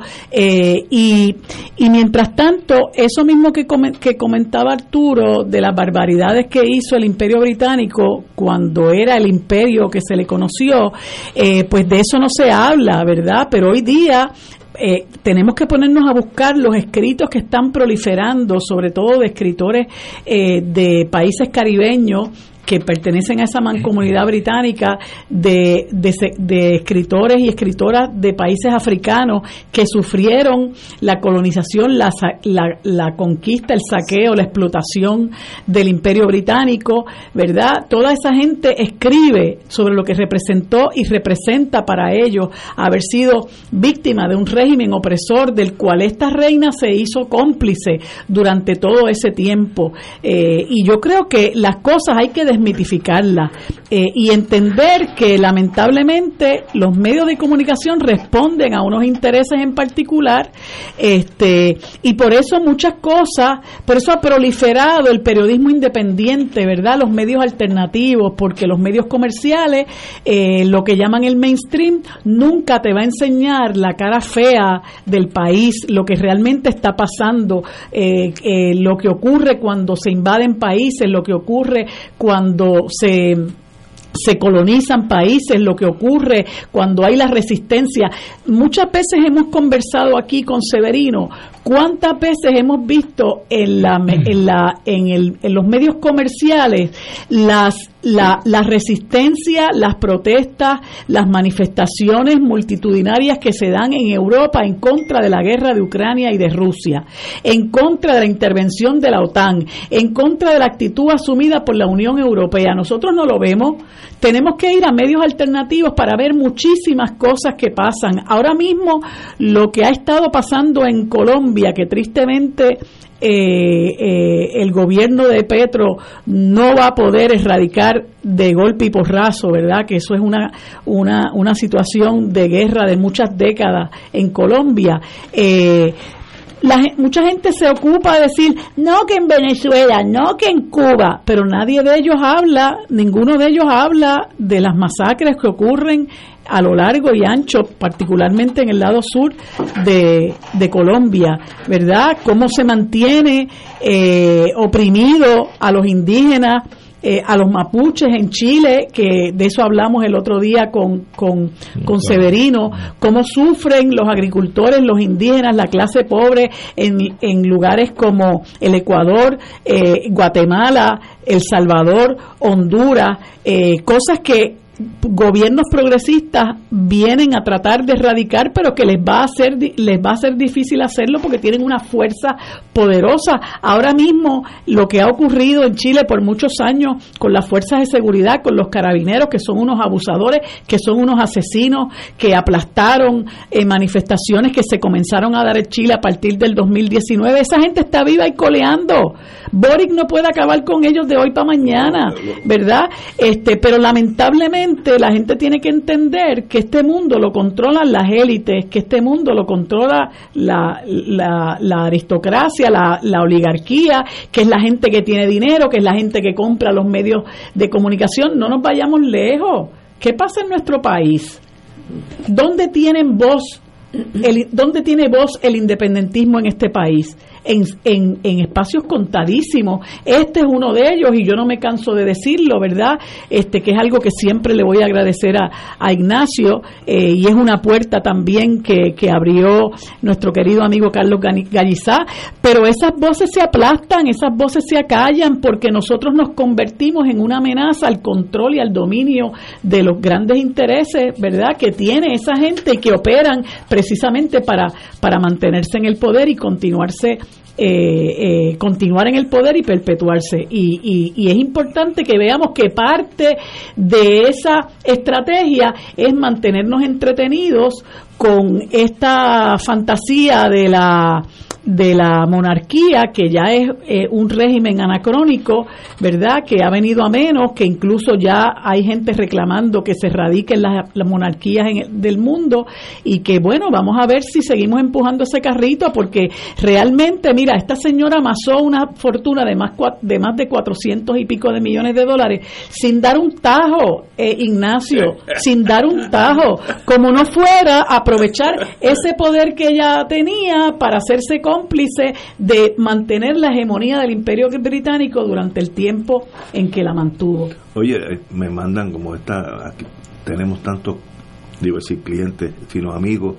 Y mientras tanto, eso mismo que comentaba Arturo de las barbaridades que hizo el Imperio Británico cuando era el imperio que se le conoció, pues de eso no se habla, ¿verdad? Pero hoy día tenemos que ponernos a buscar los escritos que están proliferando, sobre todo de escritores de países caribeños que pertenecen a esa mancomunidad británica, de escritores y escritoras de países africanos que sufrieron la colonización, la conquista, el saqueo, la explotación del Imperio Británico, ¿verdad? Toda esa gente escribe sobre lo que representó y representa para ellos haber sido víctima de un régimen opresor del cual esta reina se hizo cómplice durante todo ese tiempo. Y yo creo que las cosas hay que desmitificarla y entender que lamentablemente los medios de comunicación responden a unos intereses en particular, y por eso muchas cosas, por eso ha proliferado el periodismo independiente, ¿verdad? Los medios alternativos, porque los medios comerciales, lo que llaman el mainstream, nunca te va a enseñar la cara fea del país, lo que realmente está pasando, lo que ocurre cuando se invaden países, lo que ocurre cuando se colonizan países, lo que ocurre cuando hay la resistencia. Muchas veces hemos conversado aquí con Severino, ¿cuántas veces hemos visto en los medios comerciales la resistencia, las protestas, las manifestaciones multitudinarias que se dan en Europa en contra de la guerra de Ucrania y de Rusia, en contra de la intervención de la OTAN, en contra de la actitud asumida por la Unión Europea? Nosotros no lo vemos. Tenemos que ir a medios alternativos para ver muchísimas cosas que pasan. Ahora mismo lo que ha estado pasando en Colombia, que tristemente el gobierno de Petro no va a poder erradicar de golpe y porrazo, ¿verdad? Que eso es una situación de guerra de muchas décadas en Colombia. mucha gente se ocupa de decir, no que en Venezuela, no que en Cuba, pero ninguno de ellos habla de las masacres que ocurren a lo largo y ancho, particularmente en el lado sur de Colombia, ¿verdad? Cómo se mantiene oprimido a los indígenas, a los mapuches en Chile, que de eso hablamos el otro día con Severino, cómo sufren los agricultores, los indígenas, la clase pobre en lugares como el Ecuador, Guatemala, El Salvador, Honduras, cosas que gobiernos progresistas vienen a tratar de erradicar, pero que les va a ser difícil hacerlo porque tienen una fuerza poderosa. Ahora mismo lo que ha ocurrido en Chile por muchos años con las fuerzas de seguridad, con los carabineros, que son unos abusadores, que son unos asesinos, que aplastaron manifestaciones que se comenzaron a dar en Chile a partir del 2019, esa gente está viva y coleando. Boric no puede acabar con ellos de hoy para mañana, ¿verdad? Pero lamentablemente la gente tiene que entender que este mundo lo controlan las élites, que este mundo lo controla la aristocracia, la oligarquía, que es la gente que tiene dinero, que es la gente que compra los medios de comunicación. No nos vayamos lejos. ¿Qué pasa en nuestro país? ¿Dónde tiene voz el independentismo en este país? En espacios contadísimos. Este es uno de ellos y yo no me canso de decirlo, ¿verdad? Que es algo que siempre le voy a agradecer a Ignacio, y es una puerta también que abrió nuestro querido amigo Carlos Gallizá, pero esas voces se aplastan, esas voces se acallan porque nosotros nos convertimos en una amenaza al control y al dominio de los grandes intereses, ¿verdad?, que tiene esa gente y que operan precisamente para mantenerse en el poder y continuar en el poder y perpetuarse, y es importante que veamos que parte de esa estrategia es mantenernos entretenidos con esta fantasía de la monarquía, que ya es un régimen anacrónico, ¿verdad?, que ha venido a menos, que incluso ya hay gente reclamando que se radiquen las monarquías del mundo, y que bueno, vamos a ver si seguimos empujando ese carrito, porque realmente, mira, esta señora amasó una fortuna de más de 400 y pico de millones de dólares sin dar un tajo, Ignacio, sin dar un tajo, como no fuera aprovechar ese poder que ella tenía para hacerse cómplice de mantener la hegemonía del Imperio Británico durante el tiempo en que la mantuvo. Oye, me mandan como aquí tenemos tantos, digo, decir clientes, sino amigos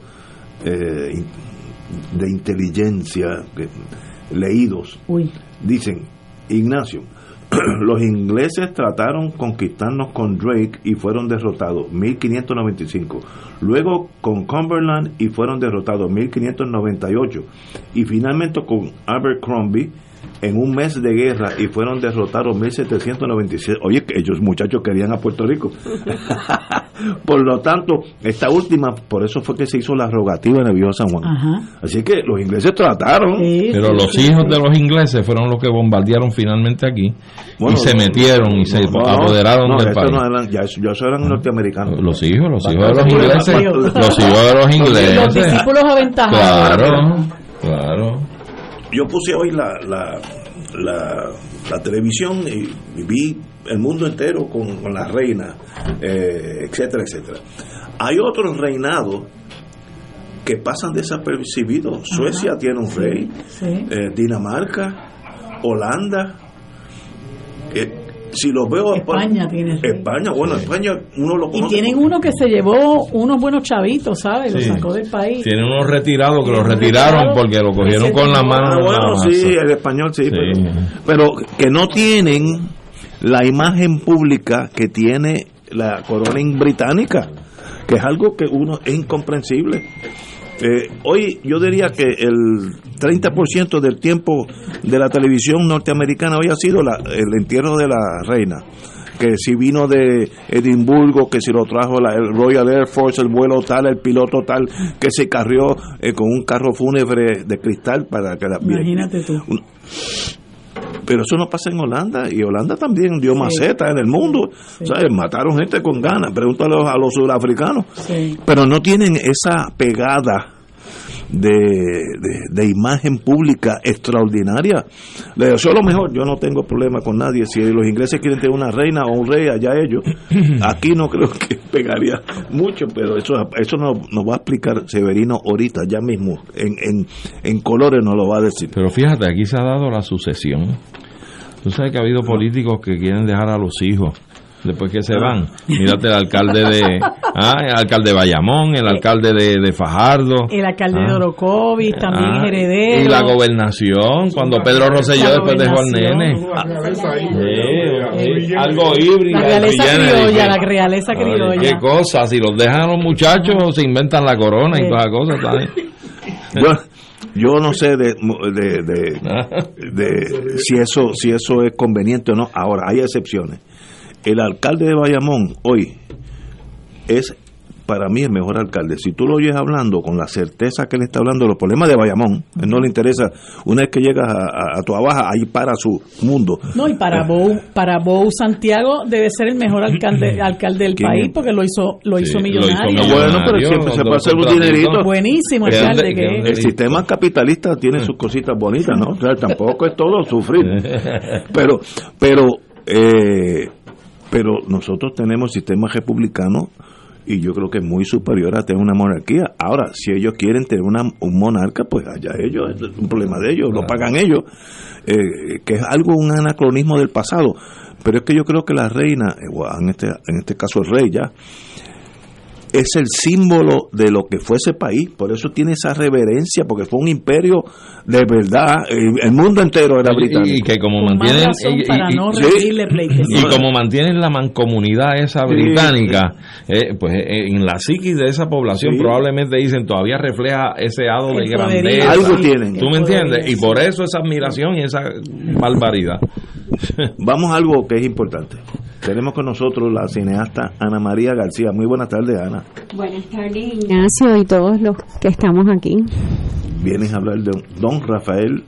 de inteligencia, leídos. Uy. Dicen, Ignacio, los ingleses trataron conquistarnos con Drake y fueron derrotados, 1595. Luego con Cumberland y fueron derrotados, 1598. Y finalmente con Abercrombie en un mes de guerra y fueron derrotados, 1796. Oye, ellos muchachos querían a Puerto Rico. Por lo tanto, esta última, por eso fue que se hizo la rogativa en el viejo San Juan. Ajá. Así que los ingleses trataron. Sí, pero los hijos de los ingleses fueron los que bombardearon finalmente aquí, y se metieron y se apoderaron del país. Ya eso eran norteamericanos. Los hijos de los ingleses. Los hijos de los ingleses. Los discípulos aventajados. Claro. Yo puse hoy la televisión y vi el mundo entero con la reina, etcétera, etcétera. Hay otros reinados que pasan desapercibidos. Ajá. Suecia tiene un rey, sí. Dinamarca, Holanda. Si los veo, España tiene rey. España uno lo conoce. Y tienen uno que se llevó unos buenos chavitos, ¿sabes? Sí. Lo sacó del país. Tienen unos retirados que los retiraron porque lo cogieron con la mano. Bueno, sí, el español sí. Pero que no tienen la imagen pública que tiene la corona británica, que es algo que es incomprensible. Hoy yo diría que el 30% del tiempo de la televisión norteamericana hoy ha sido el entierro de la reina, que si vino de Edimburgo, que si lo trajo el Royal Air Force, el vuelo tal, el piloto tal, que se carrió con un carro fúnebre de cristal para que la... Imagínate tú. Pero eso no pasa en Holanda, y Holanda también dio maceta en el mundo, sí. ¿Sabes? Mataron gente con ganas, pregúntale a los sudafricanos, sí. Pero no tienen esa pegada de imagen pública extraordinaria. Le deseo lo mejor, yo no tengo problema con nadie. Si los ingleses quieren tener una reina o un rey, allá ellos. Aquí no creo que pegaría mucho, pero eso nos va a explicar Severino ahorita, ya mismo, en colores nos lo va a decir. Pero fíjate, aquí se ha dado la sucesión. Tú sabes que ha habido políticos que quieren dejar a los hijos después que se van. Mírate el alcalde el alcalde de Bayamón, el alcalde de Fajardo, el alcalde de Orocovis, también heredero, y la gobernación, cuando Pedro Rosselló después dejó al nene. Algo híbrido. La realeza criolla. Qué cosas, si los dejan a los muchachos se inventan la corona y todas las cosas, ¿sabes? Yo no sé de si eso es conveniente o no. Ahora, hay excepciones. El alcalde de Bayamón hoy es, para mí, el mejor alcalde. Si tú lo oyes hablando con la certeza que él está hablando de los problemas de Bayamón, él no le interesa. Una vez que llegas a tu Baja, ahí para su mundo. No, y para Bou Santiago debe ser el mejor alcalde del país, porque lo hizo millonario. Bueno, pero siempre se puede hacer un dinerito. Buenísimo alcalde que es. El sistema capitalista tiene sus cositas bonitas, ¿no? O sea, tampoco es todo sufrir. Pero nosotros tenemos sistema republicano y yo creo que es muy superior a tener una monarquía. Ahora, si ellos quieren tener un monarca, pues allá ellos, es un problema de ellos, lo pagan ellos, que es un anacronismo del pasado. Pero es que yo creo que la reina, en este caso el rey ya, es el símbolo de lo que fue ese país, por eso tiene esa reverencia, porque fue un imperio de verdad, el mundo entero era británico. Y que como mantienen como mantienen la mancomunidad esa británica, pues en la psiquis de esa población probablemente dicen todavía refleja ese hado de grandeza. Algo tienen. ¿Tú me entiendes? Y por eso esa admiración y esa barbaridad. Vamos a algo que es importante. Tenemos con nosotros la cineasta Ana María García. Muy buenas tardes, Ana. Buenas tardes, Ignacio, y todos los que estamos aquí. Vienes a hablar de don Rafael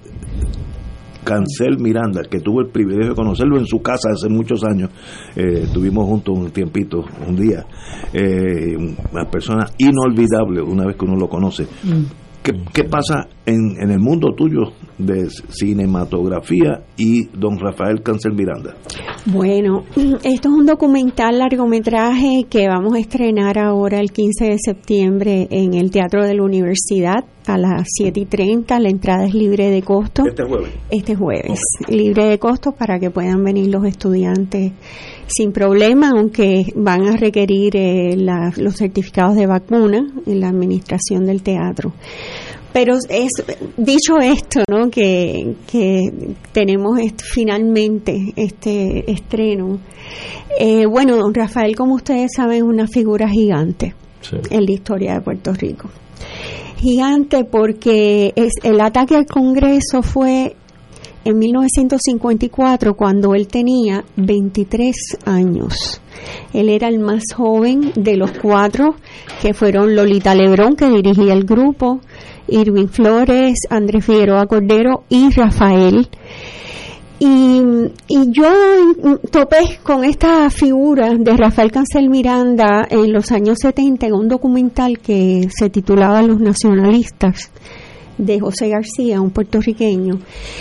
Cancel Miranda, que tuve el privilegio de conocerlo en su casa hace muchos años. Estuvimos juntos un tiempito, un día. Una persona inolvidable una vez que uno lo conoce. ¿Qué pasa en el mundo tuyo de cinematografía y don Rafael Cancel Miranda? Bueno, esto es un documental largometraje que vamos a estrenar ahora el 15 de septiembre en el Teatro de la Universidad a las 7:30. La entrada es libre de costo. Este jueves, libre de costo para que puedan venir los estudiantes sin problema, aunque van a requerir los certificados de vacuna en la administración del teatro. Pero dicho esto, ¿no? Que tenemos finalmente este estreno. Bueno, don Rafael, como ustedes saben, es una figura gigante en la historia de Puerto Rico. Gigante porque el ataque al Congreso fue en 1954, cuando él tenía 23 años. Él era el más joven de los 4, que fueron Lolita Lebrón, que dirigía el grupo, Irving Flores, Andrés Figueroa Cordero y Rafael. Y yo topé con esta figura de Rafael Cancel Miranda en los años 70 en un documental que se titulaba Los Nacionalistas, de José García, un puertorriqueño.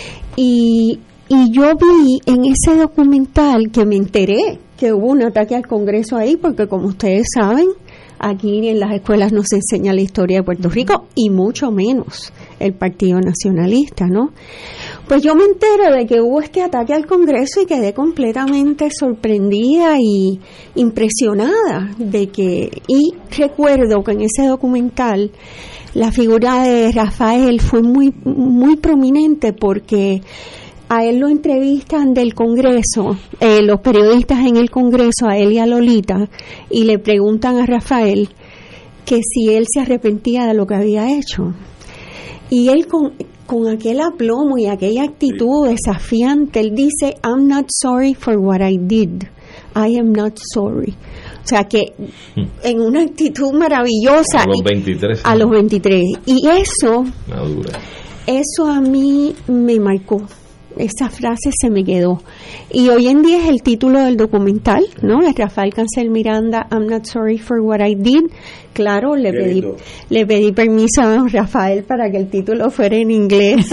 Y yo vi en ese documental que me enteré que hubo un ataque al Congreso ahí, porque como ustedes saben, aquí en las escuelas no se enseña la historia de Puerto Rico y mucho menos el Partido Nacionalista, ¿no? Pues yo me entero de que hubo este ataque al Congreso y quedé completamente sorprendida y impresionada y recuerdo que en ese documental la figura de Rafael fue muy, muy prominente, porque a él lo entrevistan del Congreso, los periodistas en el Congreso, a él y a Lolita, y le preguntan a Rafael que si él se arrepentía de lo que había hecho. Y él con aquel aplomo y aquella actitud desafiante, él dice, I'm not sorry for what I did. I am not sorry. O sea que en una actitud maravillosa. A los 23. A los 23. Y eso a mí me marcó. esa frase se me quedó. Y hoy en día es el título del documental, ¿no? De Rafael Cancel Miranda, I'm Not Sorry for What I Did. Claro, le pedí permiso a don Rafael para que el título fuera en inglés.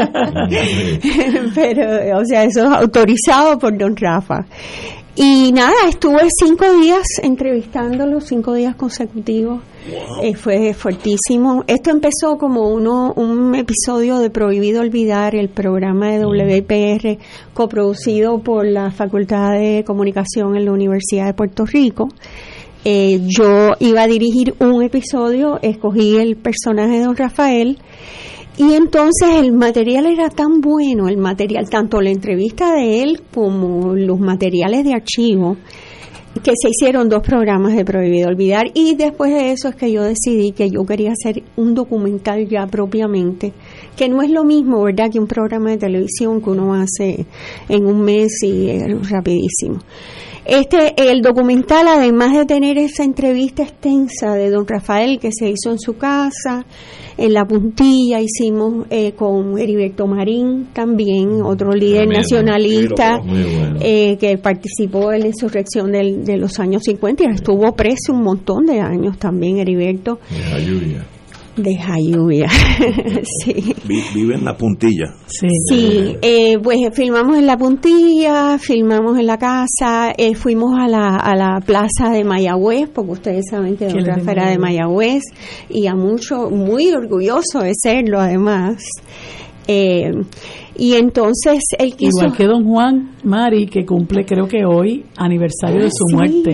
Pero, o sea, eso es autorizado por don Rafa. Y nada, estuve 5 días entrevistándolo, 5 días consecutivos. Wow. Fue fuertísimo. Esto empezó como un episodio de Prohibido Olvidar, el programa de WIPR, coproducido por la Facultad de Comunicación en la Universidad de Puerto Rico. Yo iba a dirigir un episodio, escogí el personaje de don Rafael. Y entonces el material era tan bueno, tanto la entrevista de él como los materiales de archivo, que se hicieron 2 programas de Prohibido Olvidar, y después de eso es que yo decidí que yo quería hacer un documental ya propiamente, que no es lo mismo, ¿verdad?, que un programa de televisión que uno hace en un mes y rapidísimo. El documental, además de tener esa entrevista extensa de don Rafael que se hizo en su casa, en La Puntilla, hicimos con Heriberto Marín también, otro líder nacionalista que participó en la insurrección de los años 50 y estuvo preso un montón de años también, Heriberto. De Jayuya. Sí. Vive en La Puntilla. Sí, pues filmamos en La Puntilla, filmamos en la casa, fuimos a la plaza de Mayagüez, porque ustedes saben que don Rafa era de Mayagüez, y muy orgulloso de serlo además. Y entonces él quiso... Igual que don Juan Mari, que cumple creo que hoy aniversario de su muerte.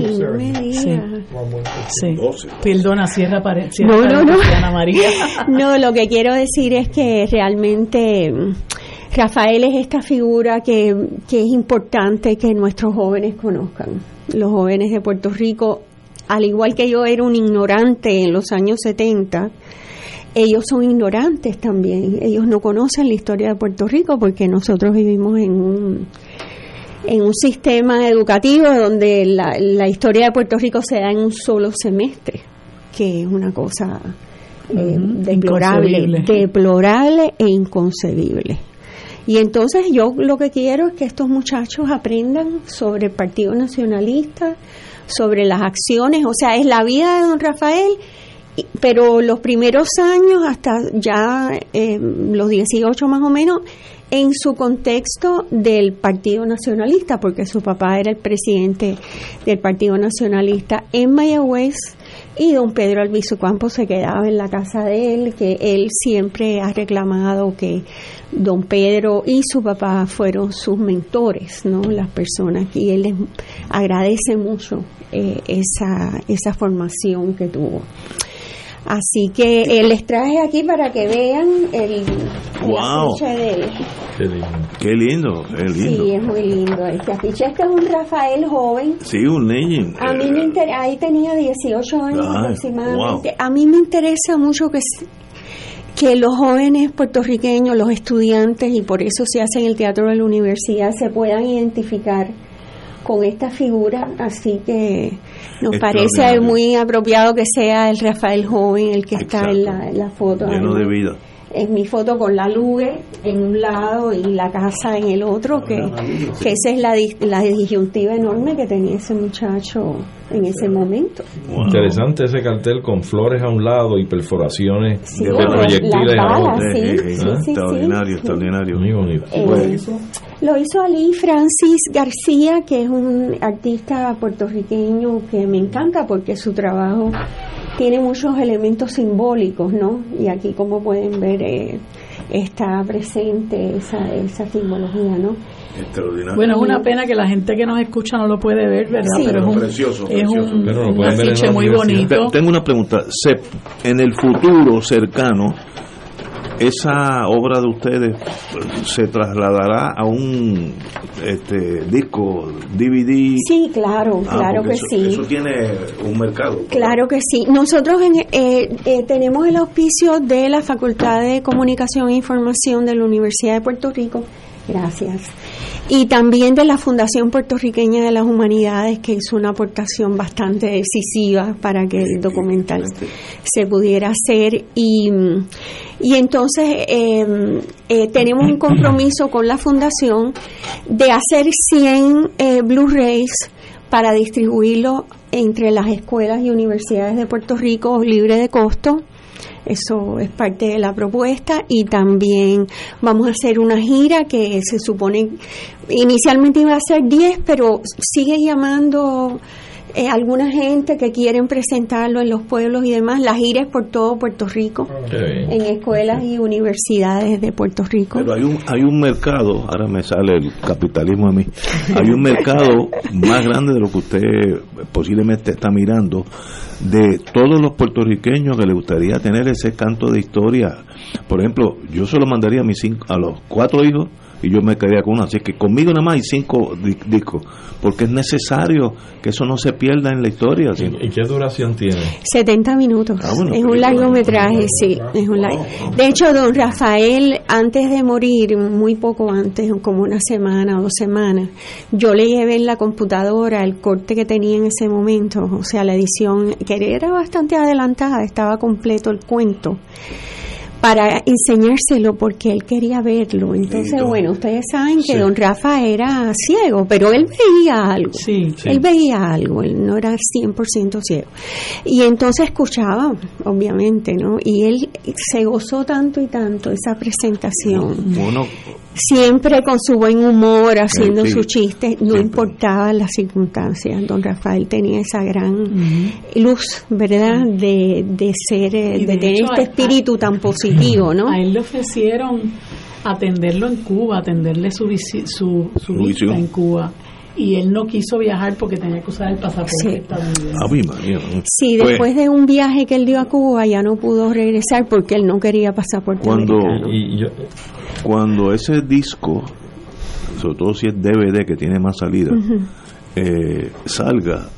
Sí. Perdona, cierra no. Ana María. No, lo que quiero decir es que realmente Rafael es esta figura que es importante que nuestros jóvenes conozcan. Los jóvenes de Puerto Rico, al igual que yo era un ignorante en los años 70, ellos son ignorantes también. Ellos no conocen la historia de Puerto Rico porque nosotros vivimos en un sistema educativo donde la historia de Puerto Rico se da en un solo semestre, que es una cosa deplorable e inconcebible. Y entonces yo lo que quiero es que estos muchachos aprendan sobre el Partido Nacionalista, sobre las acciones, o sea, es la vida de don Rafael, pero los primeros años, hasta ya los 18 más o menos, en su contexto del Partido Nacionalista, porque su papá era el presidente del Partido Nacionalista en Mayagüez, y don Pedro Albizu Campos se quedaba en la casa de él, que él siempre ha reclamado que don Pedro y su papá fueron sus mentores, ¿no? Las personas, y él les agradece mucho esa formación que tuvo. Así que les traje aquí para que vean el afiche de él. Qué lindo. Sí, es muy lindo este afiche. Este es un Rafael joven. Sí, un niño. A mí ahí tenía 18 años aproximadamente. Wow. A mí me interesa mucho que los jóvenes puertorriqueños, los estudiantes, y por eso se hace en el Teatro de la Universidad, se puedan identificar con esta figura, así que nos parece muy apropiado que sea el Rafael joven el que está en la foto. Lleno de vida. Es mi foto con la Lugue en un lado y la casa en el otro, que esa es la disyuntiva enorme que tenía ese muchacho en ese momento. Wow. Interesante ese cartel con flores a un lado y perforaciones de proyectiles a otro. Extraordinario. Muy bonito. Lo hizo Ali Francis García, que es un artista puertorriqueño que me encanta porque su trabajo tiene muchos elementos simbólicos, ¿no? Y aquí, como pueden ver, está presente esa simbología, ¿no? Extraordinario. Bueno, es una pena que la gente que nos escucha no lo puede ver, ¿verdad? Sí. Pero precioso. Un afiche muy bonito. Tengo una pregunta. En el futuro cercano, ¿esa obra de ustedes se trasladará a un disco, DVD? Sí, claro que sí. Eso tiene un mercado. Claro que sí. Nosotros tenemos el auspicio de la Facultad de Comunicación e Información de la Universidad de Puerto Rico, Gracias. Y también de la Fundación Puertorriqueña de las Humanidades, que hizo una aportación bastante decisiva para que el documental se pudiera hacer. Y entonces tenemos un compromiso con la Fundación de hacer 100 Blu-rays para distribuirlo entre las escuelas y universidades de Puerto Rico libre de costo. Eso es parte de la propuesta. Y también vamos a hacer una gira que se supone inicialmente iba a ser 10, pero sigue llamando alguna gente que quieren presentarlo en los pueblos y demás. La gira es por todo Puerto Rico, en escuelas y universidades de Puerto Rico. Pero hay un mercado, ahora me sale el capitalismo a mí, hay un mercado más grande de lo que usted posiblemente está mirando, de todos los puertorriqueños que le gustaría tener ese canto de historia. Por ejemplo, yo se lo mandaría a los 4 hijos y yo me quedaría con uno, así que conmigo nada más hay 5 discos, porque es necesario que eso no se pierda en la historia. ¿Y qué duración tiene? 70 minutos. Bueno, es un largometraje, sí. Es un de hecho, don Rafael, antes de morir, muy poco antes, como una semana o 2 semanas, yo le llevé en la computadora el corte que tenía en ese momento, o sea, la edición, que era bastante adelantada, estaba completo el cuento, para enseñárselo porque él quería verlo. Entonces, bueno, ustedes saben que don Rafa era ciego, pero él veía algo. Sí. Él veía algo, él no era 100% ciego. Y entonces escuchaba, obviamente, ¿no? Y él se gozó tanto y tanto esa presentación. Siempre con su buen humor, haciendo sus chistes, no importaba las circunstancias. Don Rafael tenía esa gran luz, ¿verdad? De ser, de tener este espíritu tan positivo, ¿no? A él le ofrecieron atenderlo en Cuba, atenderle su visita en Cuba. Y él no quiso viajar porque tenía que usar el pasaporte estadounidense. Sí, después de un viaje que él dio a Cuba ya no pudo regresar porque él no quería pasaporte americano. Cuando ese disco, sobre todo si es DVD que tiene más salida, salga,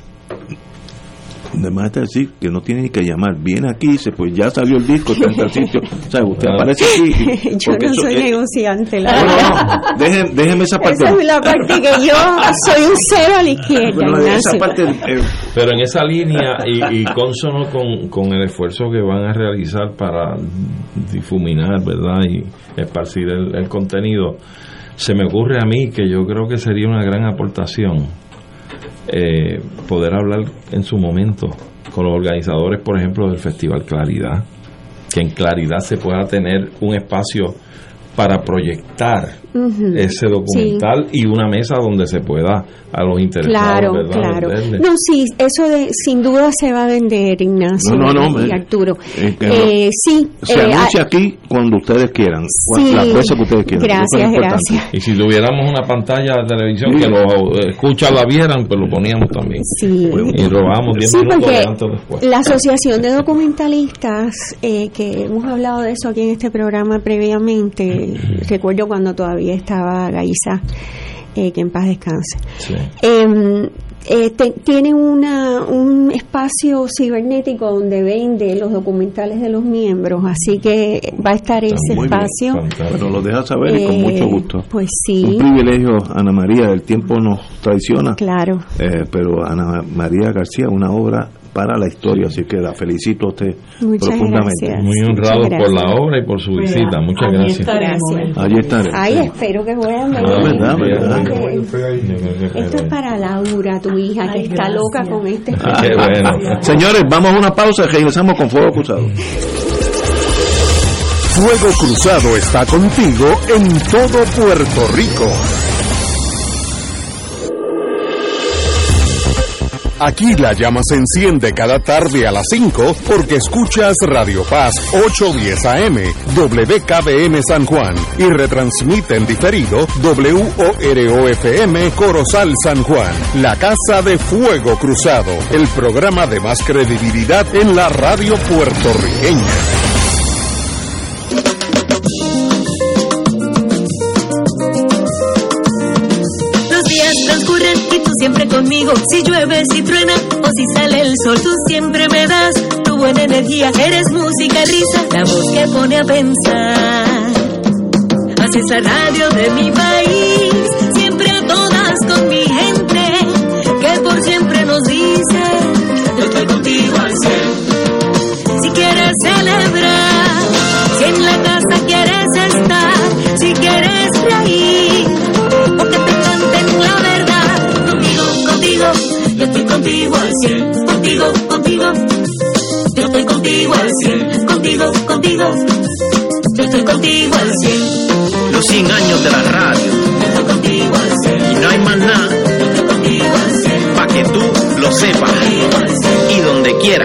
además de decir que no tiene ni que llamar, viene aquí y dice, pues ya salió el disco, está en tal sitio, o sea, usted aparece aquí. Yo no soy negociante, la verdad. No, déjeme esa parte. Esa es la parte que yo soy un cero a la izquierda. Esa parte, pero en esa línea y cónsono con el esfuerzo que van a realizar para difuminar, ¿verdad? Y esparcir el contenido, se me ocurre a mí que yo creo que sería una gran aportación poder hablar en su momento con los organizadores, por ejemplo, del Festival Claridad, que en Claridad se pueda tener un espacio para proyectar ese documental y una mesa donde se pueda a los interesados, ¿verdad? Claro. No, sí, eso sin duda se va a vender, Ignacio y Arturo. Sí. Se anuncia aquí cuando ustedes quieran, las veces que ustedes quieran. Gracias. Y si tuviéramos una pantalla de televisión que los escuchas la vieran, pues lo poníamos también. Sí. Y robamos 10 minutos adelante o después. La Asociación de Documentalistas, que hemos hablado de eso aquí en este programa previamente, recuerdo cuando todavía estaba Gaisa, que en paz descanse. Sí. Tienen un espacio cibernético donde vende los documentales de los miembros, así que va a estar ese espacio. Pero lo deja saber y con mucho gusto. Pues sí. Un privilegio, Ana María, el tiempo nos traiciona. Claro. Pero Ana María García, una obra para la historia, así que la felicito a usted profundamente. Gracias. Muy honrado por la obra y por su visita. Muchas gracias. Allí estaremos. Ay, espero que puedan venir. ¿Verdad? Esto es para Laura, tu hija, que está loca con este. Qué bueno. Señores, vamos a una pausa y regresamos con Fuego Cruzado. Fuego Cruzado está contigo en todo Puerto Rico. Aquí la llama se enciende cada tarde a las 5 porque escuchas Radio Paz 810 AM, WKBM San Juan y retransmite en diferido WOROFM Corozal San Juan, la casa de Fuego Cruzado, el programa de más credibilidad en la radio puertorriqueña. Siempre conmigo, si llueve, si truena o si sale el sol, tú siempre me das tu buena energía. Eres música, risa, la voz que pone a pensar. Así es la radio de mi país, siempre a todas con mi gente, que por siempre nos dice, yo estoy contigo al 100. Si quieres celebrar, si en la casa quieres estar, si quieres reír, o que te canten la verdad, contigo, yo estoy contigo al 100. Contigo, yo estoy contigo al 100. Contigo, yo estoy contigo al 100. Los 100 años de la radio. Yo estoy contigo al 100. Y no hay más nada. Yo estoy contigo al 100. Pa' que tú lo sepas. Y donde quiera.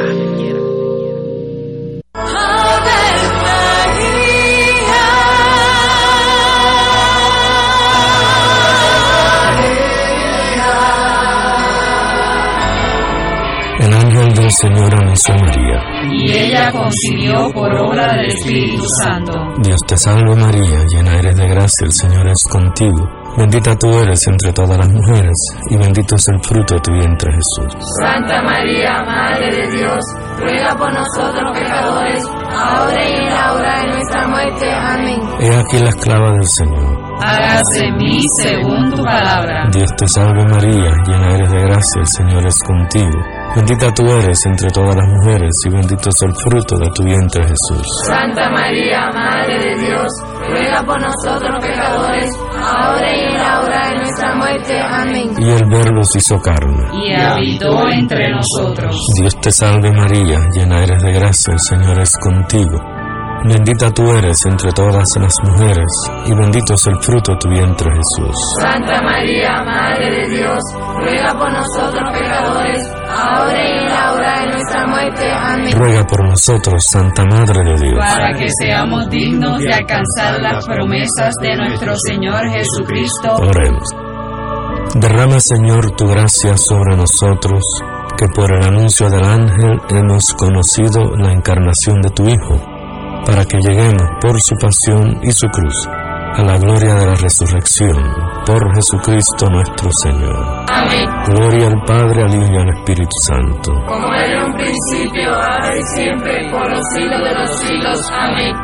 El ángel del Señor anunció a María, y ella concibió por obra del Espíritu Santo. Dios te salve María, llena eres de gracia, el Señor es contigo. Bendita tú eres entre todas las mujeres, y bendito es el fruto de tu vientre Jesús. Santa María, Madre de Dios, ruega por nosotros pecadores, ahora y en la hora de nuestra muerte. Amén. He aquí la esclava del Señor. Hágase en mí según tu palabra. Dios te salve María, llena eres de gracia, el Señor es contigo. Bendita tú eres entre todas las mujeres, y bendito es el fruto de tu vientre Jesús. Santa María, Madre de Dios, ruega por nosotros pecadores, ahora y en la hora de nuestra muerte. Amén. Y el Verbo se hizo carne, y habitó entre nosotros. Dios te salve María, llena eres de gracia, el Señor es contigo. Bendita tú eres entre todas las mujeres, y bendito es el fruto de tu vientre Jesús. Santa María, Madre de Dios, ruega por nosotros pecadores, ahora y en la hora de nuestra muerte. Amén. Ruega por nosotros, Santa Madre de Dios, para que seamos dignos de alcanzar las promesas de nuestro Señor Jesucristo. Oremos. Derrama, Señor, tu gracia sobre nosotros, que por el anuncio del ángel hemos conocido la encarnación de tu Hijo, para que lleguemos por su pasión y su cruz a la gloria de la resurrección, por Jesucristo nuestro Señor. Amén. Gloria al Padre, al Hijo y al Espíritu Santo. Como era en un principio, ahora y siempre, por los siglos de los siglos. Amén.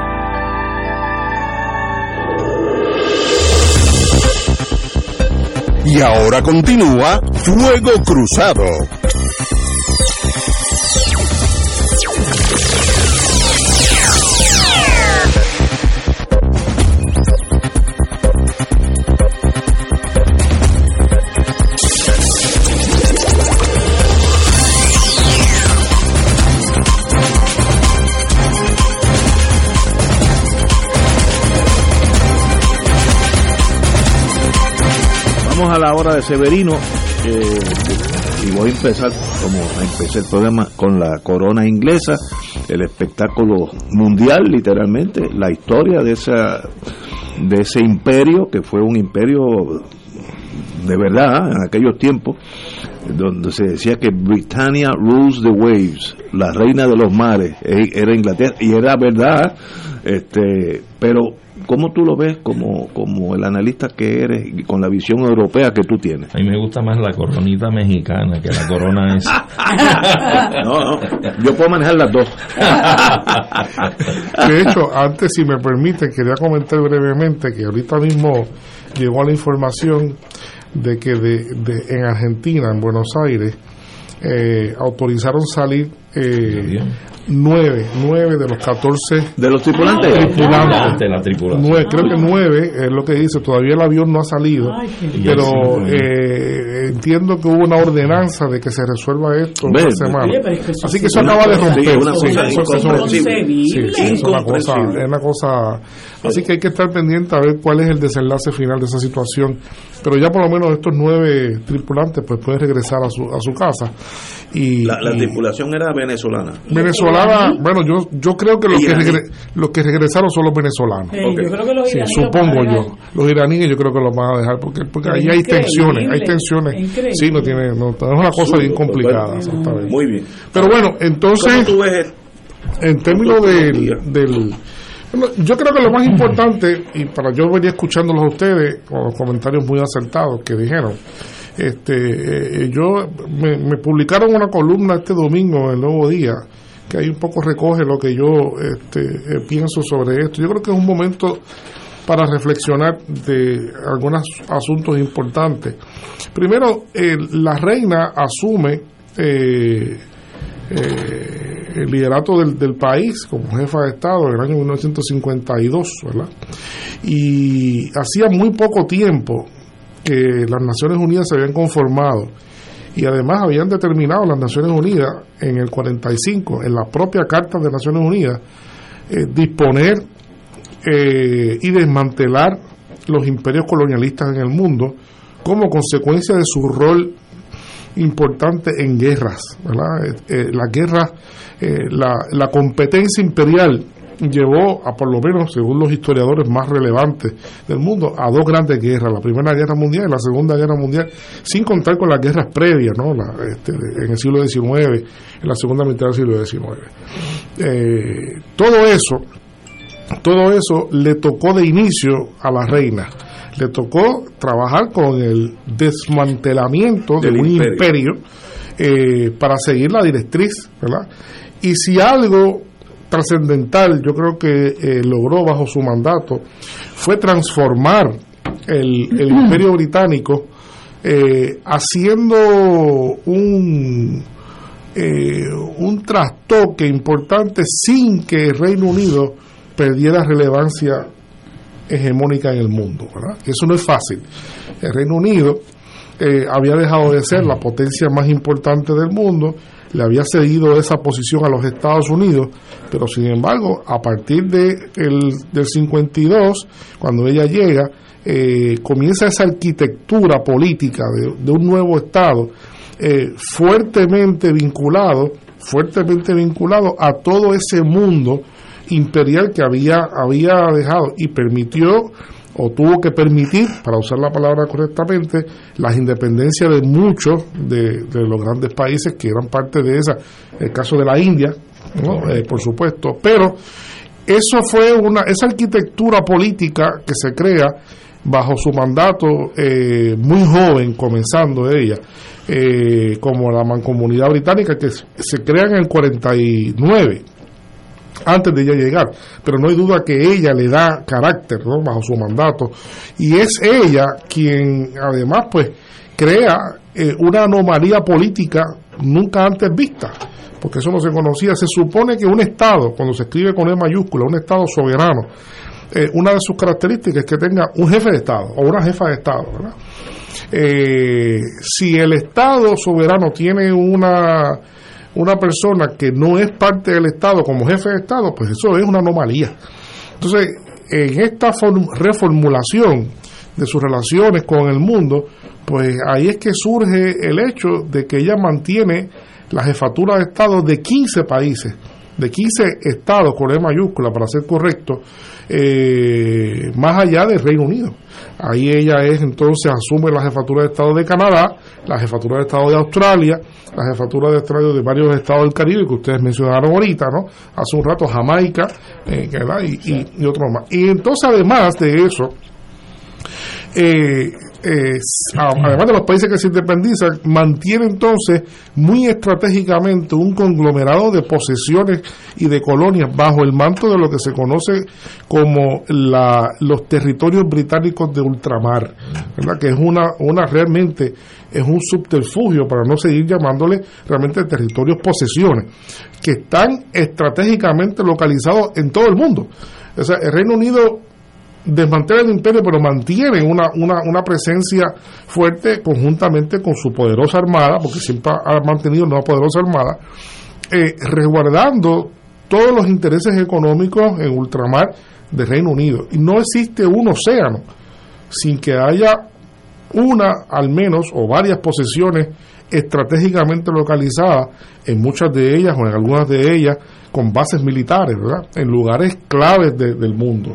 Y ahora continúa Fuego Cruzado. A la hora de Severino, y voy a empezar como empecé el programa con la corona inglesa, el espectáculo mundial, literalmente, la historia de ese imperio, que fue un imperio de verdad en aquellos tiempos, donde se decía que Britannia rules the waves, la reina de los mares, era Inglaterra, y era verdad, pero ¿cómo tú lo ves como el analista que eres y con la visión europea que tú tienes? A mí me gusta más la coronita mexicana que la corona esa. No, yo puedo manejar las dos. De hecho, antes, si me permite, quería comentar brevemente que ahorita mismo llegó la información de que en Argentina, en Buenos Aires, autorizaron salir 9 de los 14 de los tripulantes. De la tripulación. Creo que 9 es lo que dice. Todavía el avión no ha salido, pero entiendo que hubo una ordenanza de que se resuelva esto esta semana. Así que eso acaba de romper. Es una cosa. Así que hay que estar pendiente a ver cuál es el desenlace final de esa situación. Pero ya por lo menos estos 9 tripulantes pues pueden regresar a su casa. Y la tripulación era venezolana. Bueno, yo creo que los que regresaron son los venezolanos. Yo creo que los iraníes supongo yo. Los iraníes yo creo que los van a dejar porque ahí hay tensiones. Sí, no es una cosa bien complicada. Exactamente. Muy bien. Pero bueno, entonces, en términos del yo creo que lo más importante, y para yo venía escuchándolos a ustedes con los comentarios muy acertados que dijeron, me publicaron una columna este domingo en El Nuevo Día que ahí un poco recoge lo que yo pienso sobre esto. Yo creo que es un momento para reflexionar de algunos asuntos importantes. Primero, la reina asume el liderato del país como jefa de Estado en el año 1952, ¿verdad? Y hacía muy poco tiempo que las Naciones Unidas se habían conformado, y además habían determinado las Naciones Unidas en el 45, en la propia Carta de Naciones Unidas, disponer y desmantelar los imperios colonialistas en el mundo como consecuencia de su rol importante en guerras, ¿verdad? Las guerras, la competencia imperial llevó a, por lo menos según los historiadores más relevantes del mundo, a dos grandes guerras, la Primera Guerra Mundial y la Segunda Guerra Mundial, sin contar con las guerras previas, ¿no? En el siglo XIX, en la segunda mitad del siglo XIX. Todo eso le tocó de inicio a la reina. Le tocó trabajar con el desmantelamiento de un imperio para seguir la directriz, ¿verdad? Y si algo trascendental yo creo que logró bajo su mandato fue transformar el imperio británico, haciendo un trastoque importante sin que el Reino Unido perdiera relevancia hegemónica en el mundo, ¿verdad? Eso no es fácil. El Reino Unido había dejado de ser la potencia más importante del mundo, le había cedido esa posición a los Estados Unidos, pero sin embargo, a partir del 52, cuando ella llega, comienza esa arquitectura política de un nuevo Estado, fuertemente vinculado a todo ese mundo imperial que había dejado, y permitió, o tuvo que permitir, para usar la palabra correctamente, las independencias de muchos de los grandes países que eran parte de el caso de la India, ¿no? Por supuesto, pero eso fue esa arquitectura política que se crea bajo su mandato, muy joven, comenzando ella, como la Mancomunidad Británica, que se crea en el 49, antes de ella llegar, pero no hay duda que ella le da carácter, ¿no? Bajo su mandato, y es ella quien además pues crea una anomalía política nunca antes vista, porque eso no se conocía. Se supone que un Estado, cuando se escribe con E mayúscula, un Estado soberano, una de sus características es que tenga un jefe de Estado o una jefa de Estado, ¿verdad? Si el Estado soberano tiene una persona que no es parte del Estado como jefe de Estado, pues eso es una anomalía. Entonces, en esta reformulación de sus relaciones con el mundo, pues ahí es que surge el hecho de que ella mantiene la jefatura de Estado de 15 países, de 15 estados con E mayúscula, para ser correcto, más allá del Reino Unido. Ahí ella entonces asume la jefatura de Estado de Canadá, la jefatura de Estado de Australia, la jefatura de Estado de varios estados del Caribe que ustedes mencionaron ahorita, ¿no? Hace un rato, Jamaica, y otros más. Y entonces, además de eso, además de los países que se independizan, mantiene entonces muy estratégicamente un conglomerado de posesiones y de colonias bajo el manto de lo que se conoce como los territorios británicos de ultramar, ¿verdad? Que es realmente es un subterfugio, para no seguir llamándole realmente territorios, posesiones, que están estratégicamente localizados en todo el mundo. O sea, el Reino Unido desmantela el imperio, pero mantiene una presencia fuerte conjuntamente con su poderosa armada, porque siempre ha mantenido una poderosa armada, resguardando todos los intereses económicos en ultramar del Reino Unido. Y no existe un océano sin que haya una, al menos, o varias posesiones estratégicamente localizadas, en muchas de ellas o en algunas de ellas con bases militares, ¿verdad? En lugares claves del mundo.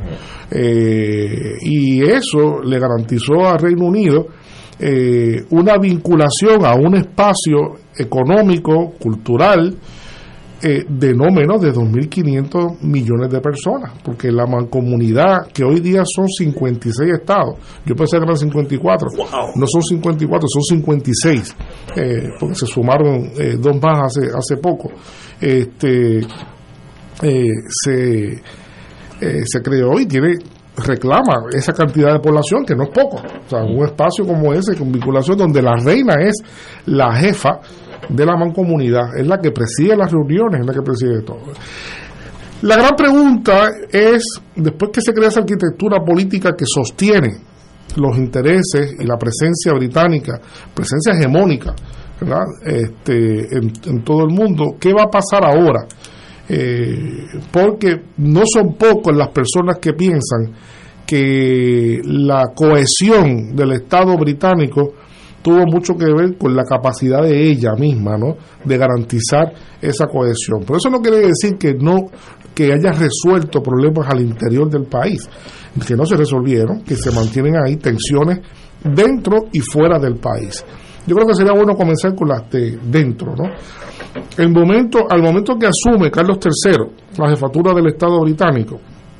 Y eso le garantizó al Reino Unido una vinculación a un espacio económico, cultural, de no menos de 2.500 millones de personas, porque la mancomunidad, que hoy día son 56 estados, yo pensé que eran 54, wow. No son 54, son 56, porque se sumaron dos más hace poco. Se creó y tiene reclama esa cantidad de población, que no es poco. O sea, un espacio como ese, con vinculación, donde la reina es la jefa de la mancomunidad, es la que preside las reuniones, es la que preside todo. La gran pregunta es, después que se crea esa arquitectura política que sostiene los intereses y la presencia británica, presencia hegemónica, ¿verdad? En todo el mundo, ¿qué va a pasar ahora? Porque no son pocos las personas que piensan que la cohesión del Estado británico tuvo mucho que ver con la capacidad de ella misma, ¿no?, de garantizar esa cohesión. Pero eso no quiere decir que haya resuelto problemas al interior del país, que no se resolvieron, que se mantienen ahí tensiones dentro y fuera del país. Yo creo que sería bueno comenzar con las de dentro, ¿no? Al momento que asume Carlos III la jefatura del Estado británico,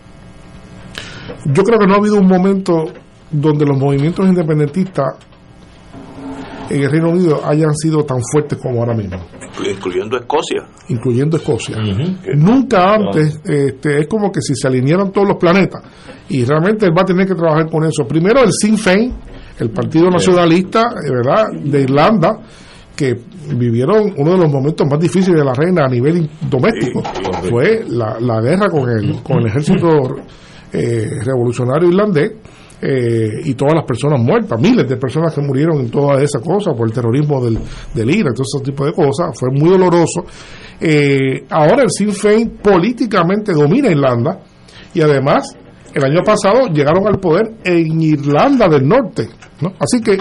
yo creo que no ha habido un momento donde los movimientos independentistas en el Reino Unido hayan sido tan fuertes como ahora mismo. Incluyendo Escocia. Uh-huh. Nunca antes, es como que si se alinearan todos los planetas, y realmente él va a tener que trabajar con eso. Primero el Sinn Féin, el Partido Nacionalista, ¿verdad?, de Irlanda, que vivieron uno de los momentos más difíciles de la reina a nivel doméstico. Fue la guerra con el ejército revolucionario irlandés, y todas las personas muertas, miles de personas que murieron en toda esa cosa por el terrorismo del IRA, todo ese tipo de cosas. Fue muy doloroso. Ahora el Sinn Féin políticamente domina Irlanda, y además el año pasado llegaron al poder en Irlanda del Norte, ¿no? Así que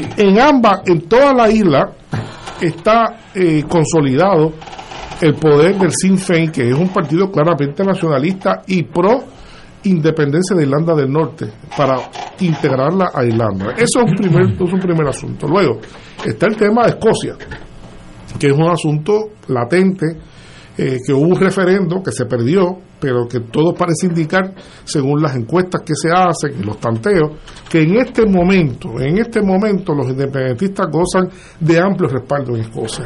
en toda la isla está consolidado el poder del Sinn Féin, que es un partido claramente nacionalista y pro independencia de Irlanda del Norte, para integrarla a Irlanda. Eso es un primer asunto. Luego está el tema de Escocia, que es un asunto latente, que hubo un referendo que se perdió, pero que todo parece indicar, según las encuestas que se hacen y los tanteos, que en este momento los independentistas gozan de amplio respaldo en Escocia.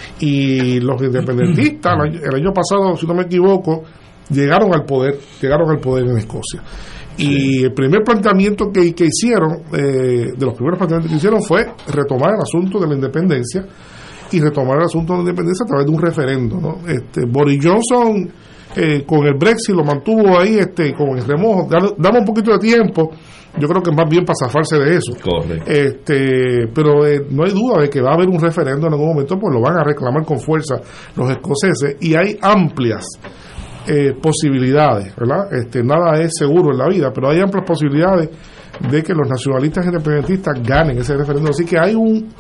Y los independentistas el año pasado, si no me equivoco, llegaron al poder en Escocia. Y el primer planteamiento que hicieron, de los primeros planteamientos que hicieron, fue retomar el asunto de la independencia, y retomar el asunto de la independencia a través de un referendo, ¿no? Boris Johnson, con el Brexit, lo mantuvo ahí con el remojo. Damos un poquito de tiempo, yo creo que más bien para zafarse de eso. Correcto. Pero no hay duda de que va a haber un referendo en algún momento, pues lo van a reclamar con fuerza los escoceses, y hay amplias posibilidades, ¿verdad? Nada es seguro en la vida, pero hay amplias posibilidades de que los nacionalistas independentistas ganen ese referéndum. Así que hay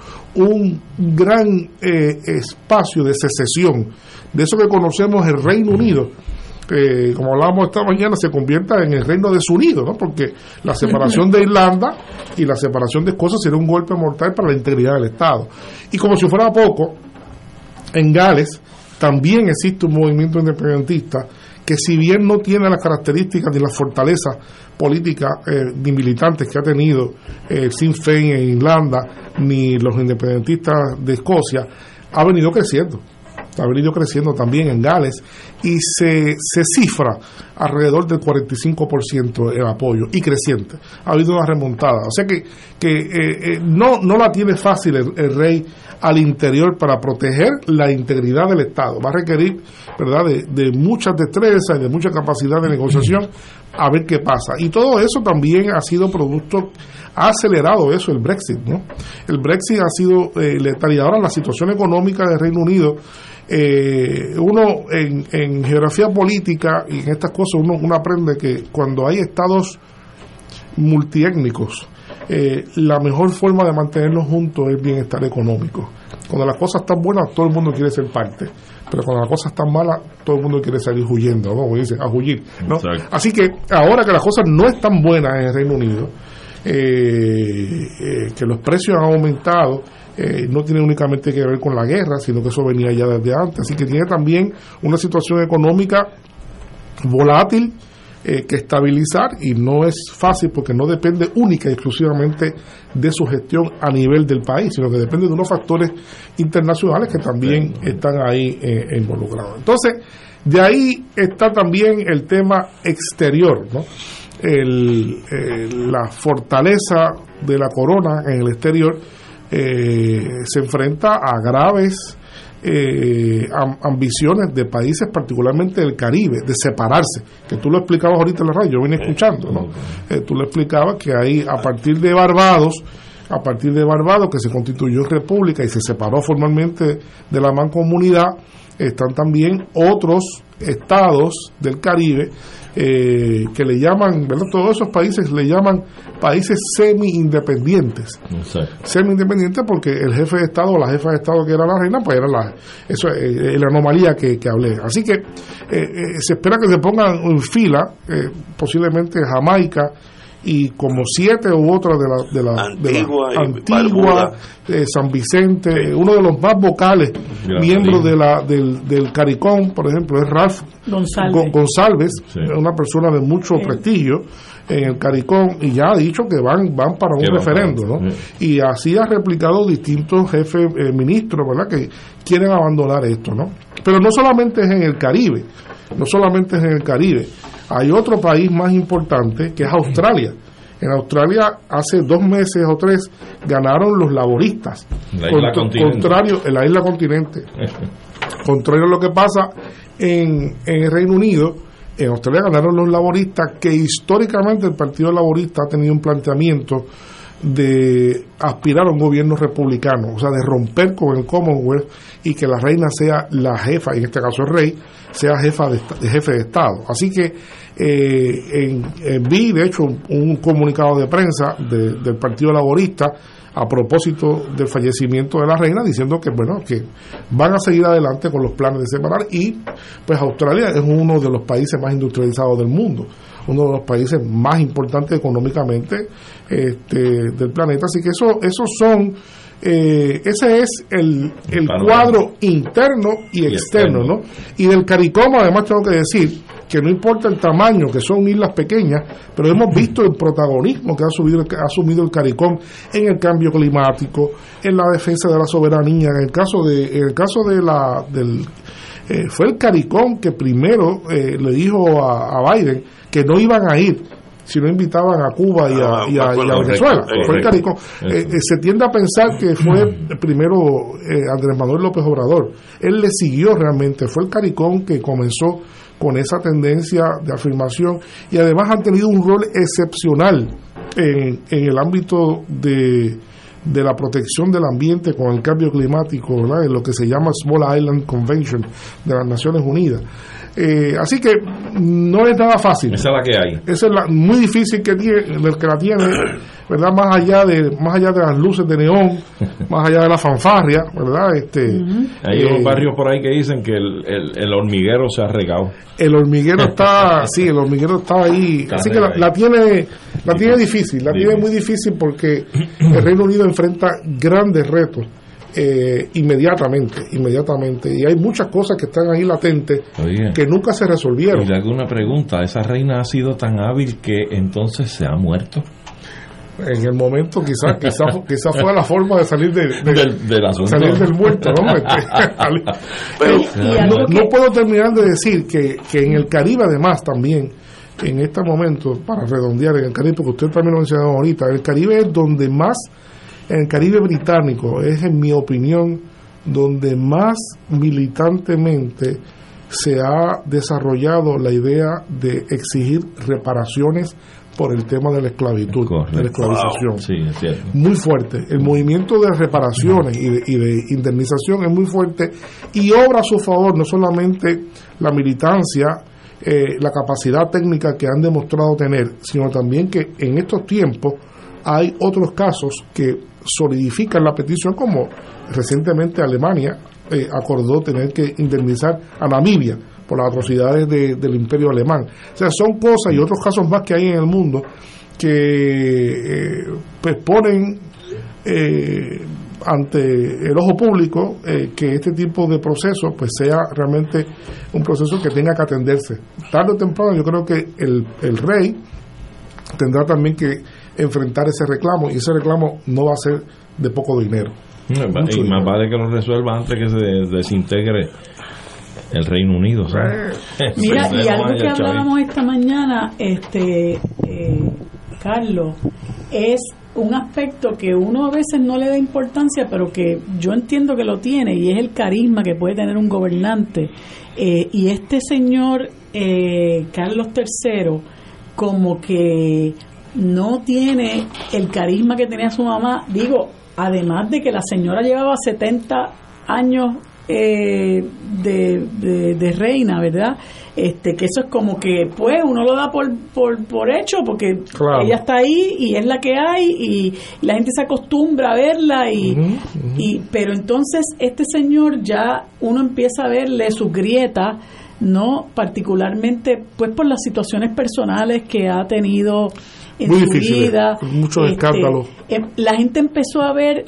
un gran espacio de secesión, de eso que conocemos el Reino Unido, como hablábamos esta mañana, se convierta en el Reino desunido, ¿no? Porque la separación de Irlanda y la separación de Escocia sería un golpe mortal para la integridad del Estado. Y como si fuera poco, en Gales también existe un movimiento independentista que, si bien no tiene las características ni las fortalezas políticas ni militantes que ha tenido el Sinn Féin en Irlanda, ni los independentistas de Escocia, ha venido creciendo también en Gales, y se cifra alrededor del 45% el apoyo, y creciente. Ha habido una remontada, o sea que no la tiene fácil el rey al interior para proteger la integridad del Estado. Va a requerir, ¿verdad?, de muchas destrezas y de mucha capacidad de negociación, a ver qué pasa. Y todo eso también ha sido ha acelerado eso, el Brexit, ¿no? El Brexit ha sido letal, y ahora la situación económica del Reino Unido, uno en geografía política y en estas cosas uno aprende que cuando hay estados multiétnicos, la mejor forma de mantenerlos juntos es bienestar económico. Cuando las cosas están buenas, todo el mundo quiere ser parte, pero cuando las cosas están malas, todo el mundo quiere salir huyendo, ¿no? Como dice, a huir, ¿no? Así que ahora que las cosas no están buenas en el Reino Unido, que los precios han aumentado, no tiene únicamente que ver con la guerra, sino que eso venía ya desde antes. Así que tiene también una situación económica volátil que estabilizar, y no es fácil porque no depende única y exclusivamente de su gestión a nivel del país, sino que depende de unos factores internacionales que también están ahí involucrados. Entonces, de ahí está también el tema exterior, ¿no? la fortaleza de la corona en el exterior se enfrenta a graves ambiciones de países, particularmente del Caribe, de separarse, que tú lo explicabas ahorita en la radio, yo vine escuchando, ¿no? Tú lo explicabas que ahí, a partir de Barbados, que se constituyó en república y se separó formalmente de la mancomunidad, están también otros estados del Caribe que le llaman, ¿verdad? Todos esos países le llaman países semi-independientes. Semi-independientes porque el jefe de Estado o la jefa de Estado que era la reina, pues era la anomalía que hablé. Así que se espera que se pongan en fila, posiblemente Jamaica y como 7 u otras de la Antigua, San Vicente, uno de los más vocales miembros del CARICOM, por ejemplo, es Ralph González, una persona de mucho prestigio en el CARICOM, y ya ha dicho que van para un referendo, ¿no? Y así ha replicado distintos jefes ministros, ¿verdad?, que quieren abandonar esto, ¿no? Pero no solamente es en el Caribe, hay otro país más importante que es Australia. En Australia hace 2 meses o 3 ganaron los laboristas, contrario en la isla continente. Contrario a lo que pasa en el Reino Unido, en Australia ganaron los laboristas, que históricamente el Partido Laborista ha tenido un planteamiento de aspirar a un gobierno republicano, o sea, de romper con el Commonwealth y que la reina sea la jefa, en este caso el rey, sea jefe de Estado. Así que vi, de hecho, un comunicado de prensa del Partido Laborista a propósito del fallecimiento de la reina, diciendo que que van a seguir adelante con los planes de separar, y pues Australia es uno de los países más industrializados del mundo, uno de los países más importantes económicamente del planeta. Así que ese es el cuadro interno y externo, ¿no? Y del CARICOM, además, tengo que decir que no importa el tamaño, que son islas pequeñas, pero hemos visto el protagonismo que ha asumido el CARICOM en el cambio climático, en la defensa de la soberanía. En el caso fue el CARICOM que primero le dijo a Biden que no iban a ir si no invitaban a Cuba y a Venezuela. Fue el CARICOM. Se tiende a pensar que fue primero Andrés Manuel López Obrador. Él le siguió realmente. Fue el CARICOM que comenzó con esa tendencia de afirmación, y además han tenido un rol excepcional en el ámbito de la protección del ambiente con el cambio climático, ¿verdad?, en lo que se llama Small Island Convention de las Naciones Unidas. Así que no es nada fácil. Esa es la que hay. Esa es la muy difícil que la tiene, ¿verdad? Más allá de las luces de neón, más allá de la fanfarria, ¿verdad? Hay unos barrios por ahí que dicen que el hormiguero se ha regado. El hormiguero está, sí, el hormiguero está ahí. Así que la tiene difícil, tiene muy difícil, porque el Reino Unido enfrenta grandes retos inmediatamente, y hay muchas cosas que están ahí latentes. Oye, que nunca se resolvieron. Y le hago una pregunta: ¿esa reina ha sido tan hábil que entonces se ha muerto? En el momento quizás fue la forma de salir salir del muerto, ¿no? Pero no puedo terminar de decir que en el Caribe, además, también en este momento, para redondear, en el Caribe, porque usted también lo mencionó ahorita, el Caribe es donde más, en el Caribe británico, es, en mi opinión, donde más militantemente se ha desarrollado la idea de exigir reparaciones por el tema de la esclavitud, de la esclavización. Sí, es cierto. Muy fuerte. El movimiento de reparaciones y de indemnización es muy fuerte, y obra a su favor no solamente la militancia, la capacidad técnica que han demostrado tener, sino también que en estos tiempos hay otros casos que solidifican la petición, como recientemente Alemania acordó tener que indemnizar a Namibia por las atrocidades del Imperio Alemán. O sea, son cosas y otros casos más que hay en el mundo que pues ponen ante el ojo público que este tipo de proceso pues sea realmente un proceso que tenga que atenderse. Tarde o temprano yo creo que el rey tendrá también que enfrentar ese reclamo, y ese reclamo no va a ser de poco dinero. Y más vale que lo resuelva antes que se desintegre el Reino Unido, ¿sabes? Mira, y algo que hablábamos esta mañana, Carlos, es un aspecto que uno a veces no le da importancia, pero que yo entiendo que lo tiene, y es el carisma que puede tener un gobernante. Y este señor Carlos III como que no tiene el carisma que tenía su mamá, digo, además de que la señora llevaba 70 años de reina, ¿verdad? Que eso es como que pues uno lo da por hecho, porque claro, ella está ahí y es la que hay y la gente se acostumbra a verla pero entonces este señor ya uno empieza a verle sus grietas, no particularmente pues por las situaciones personales que ha tenido en muy su vida, muchos escándalos. La gente empezó a ver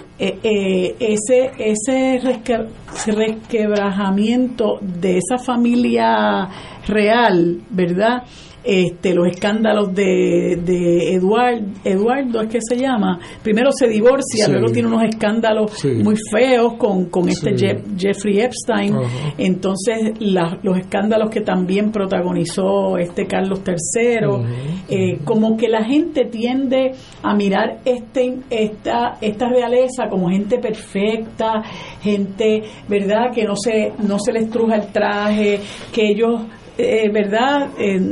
ese resquebrajamiento de esa familia real, ¿verdad? Los escándalos de Eduardo es que se llama, primero se divorcia, luego tiene unos escándalos muy feos con Jeffrey Epstein. Entonces los escándalos que también protagonizó Carlos III, como que la gente tiende a mirar esta realeza como gente perfecta, gente, ¿verdad?, que no se les estruja el traje, que ellos verdad,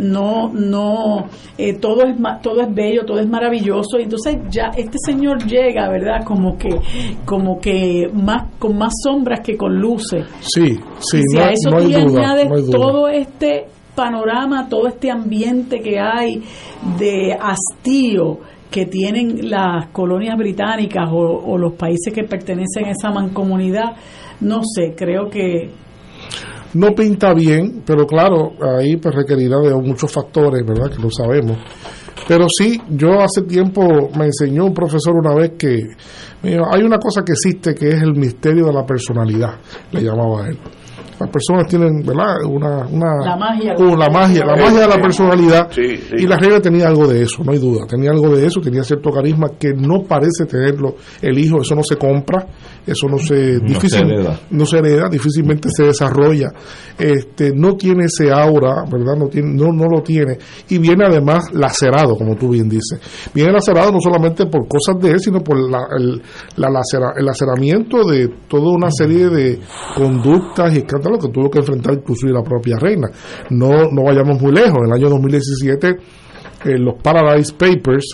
todo es bello, todo es maravilloso, y entonces ya este señor llega, verdad, como que más con más sombras que con luces. Sí, si a eso tú le añades todo este panorama, todo este ambiente que hay de hastío que tienen las colonias británicas o los países que pertenecen a esa mancomunidad, no sé, creo que no pinta bien, pero claro, ahí pues requerirá de muchos factores, ¿verdad?, que lo sabemos. Pero sí, yo hace tiempo me enseñó un profesor una vez que hay una cosa que existe, que es el misterio de la personalidad, le llamaba a él. Las personas tienen, ¿verdad?, la magia de la personalidad, y la reina tenía algo de eso, no hay duda, tenía algo de eso, tenía cierto carisma que no parece tenerlo el hijo, eso no se compra, eso no se hereda, difícilmente se desarrolla, no tiene ese aura, ¿verdad?, no lo tiene, y viene además lacerado, como tú bien dices, viene lacerado no solamente por cosas de él, sino por el laceramiento de toda una serie de conductas y escándalos que tuvo que enfrentar inclusive la propia reina. No vayamos muy lejos. En el año 2017 los Paradise Papers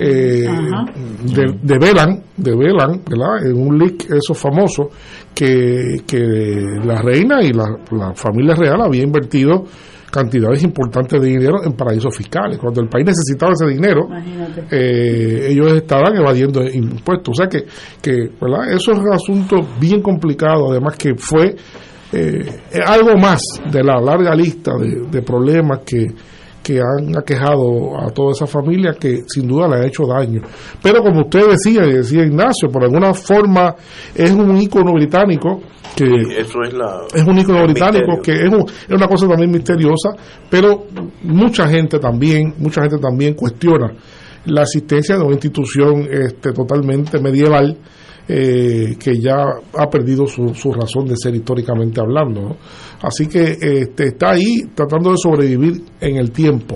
develan, ¿verdad?, en un leak eso famoso, que la reina y la familia real había invertido cantidades importantes de dinero en paraísos fiscales. Cuando el país necesitaba ese dinero, ellos estaban evadiendo impuestos. O sea que ¿verdad?, eso es un asunto bien complicado, además que fue algo más de la larga lista de problemas que han aquejado a toda esa familia, que sin duda le ha hecho daño. Pero como usted decía, y decía Ignacio, por alguna forma es un ícono británico, que eso es un ícono británico misterio, que es una cosa también misteriosa, pero mucha gente también cuestiona la existencia de una institución totalmente medieval, que ya ha perdido su razón de ser históricamente hablando, ¿no? Así que está ahí tratando de sobrevivir en el tiempo.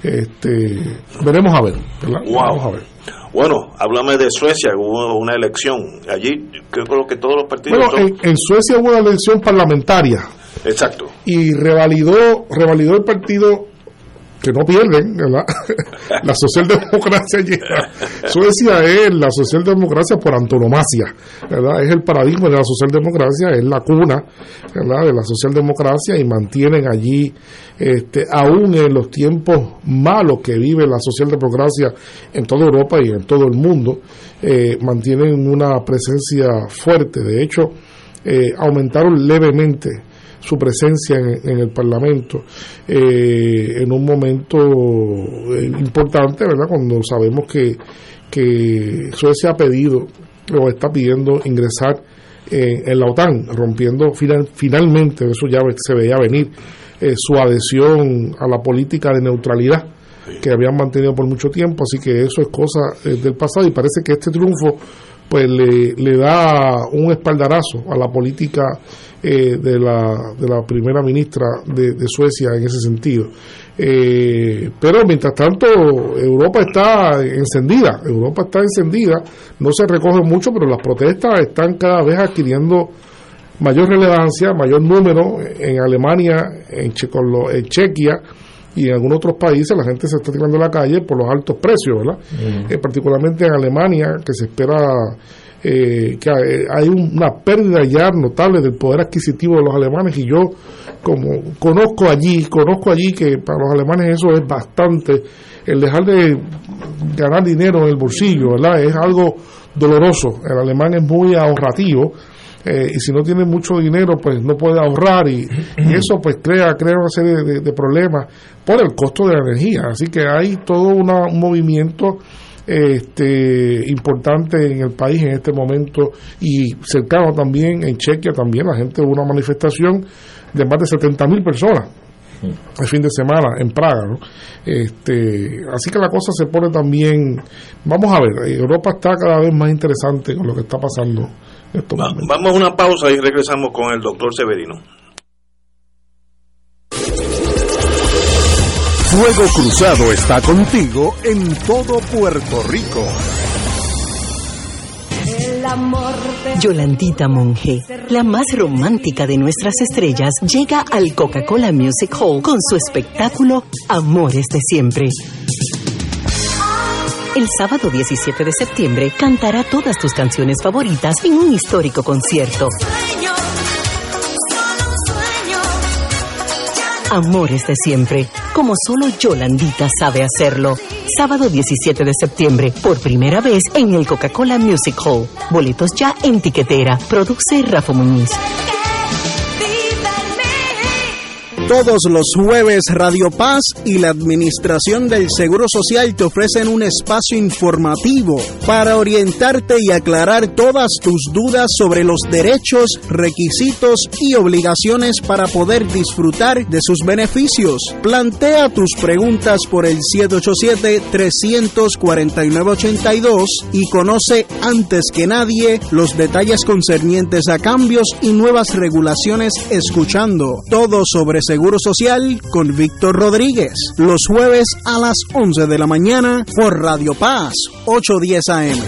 Veremos a ver, ¿verdad? Wow. Vamos a ver. Bueno, háblame de Suecia, hubo una elección allí, creo que todos los partidos... Bueno, en Suecia hubo una elección parlamentaria. Exacto. Y revalidó el partido que no pierden, ¿verdad? La socialdemocracia llega. Suecia es la socialdemocracia por antonomasia, ¿verdad? Es el paradigma de la socialdemocracia, es la cuna, ¿verdad?, de la socialdemocracia, y mantienen allí, aún en los tiempos malos que vive la socialdemocracia en toda Europa y en todo el mundo, mantienen una presencia fuerte. De hecho, aumentaron levemente su presencia en el Parlamento en un momento importante, ¿verdad?, cuando sabemos que Suecia ha pedido o está pidiendo ingresar en la OTAN, rompiendo finalmente, eso ya se veía venir, su adhesión a la política de neutralidad que habían mantenido por mucho tiempo. Así que eso es cosa del pasado, y parece que este triunfo pues le da un espaldarazo a la política de la primera ministra de Suecia en ese sentido. Pero mientras tanto Europa está encendida, no se recoge mucho, pero las protestas están cada vez adquiriendo mayor relevancia, mayor número. En Alemania, en Chequia y en algunos otros países la gente se está tirando a la calle por los altos precios, ¿verdad? Particularmente en Alemania, que se espera que hay una pérdida ya notable del poder adquisitivo de los alemanes, y yo como conozco allí que para los alemanes eso es bastante, el dejar de ganar dinero en el bolsillo, ¿verdad? Es algo doloroso. El alemán es muy ahorrativo, y si no tiene mucho dinero pues no puede ahorrar, y eso pues crea una serie de problemas por el costo de la energía. Así que hay todo un movimiento importante en el país en este momento, y cercano también en Chequia. También la gente, hubo una manifestación de más de 70,000 personas el fin de semana en Praga, ¿no? Así que la cosa se pone también, vamos a ver, Europa está cada vez más interesante con lo que está pasando en estos momentos. Vamos a una pausa y regresamos con el doctor Severino. Fuego Cruzado está contigo en todo Puerto Rico. Yolandita Monge, la más romántica de nuestras estrellas, llega al Coca-Cola Music Hall con su espectáculo Amores de Siempre. El sábado 17 de septiembre cantará todas tus canciones favoritas en un histórico concierto. Amores de Siempre, como solo Yolandita sabe hacerlo. Sábado 17 de septiembre, por primera vez en el Coca-Cola Music Hall. Boletos ya en tiquetera. Produce Rafa Muñiz. Todos los jueves, Radio Paz y la Administración del Seguro Social te ofrecen un espacio informativo para orientarte y aclarar todas tus dudas sobre los derechos, requisitos y obligaciones para poder disfrutar de sus beneficios. Plantea tus preguntas por el 787-349-82 y conoce antes que nadie los detalles concernientes a cambios y nuevas regulaciones, escuchando todo sobre Seguro Social con Víctor Rodríguez, los jueves a las 11 de la mañana por Radio Paz, 810 AM.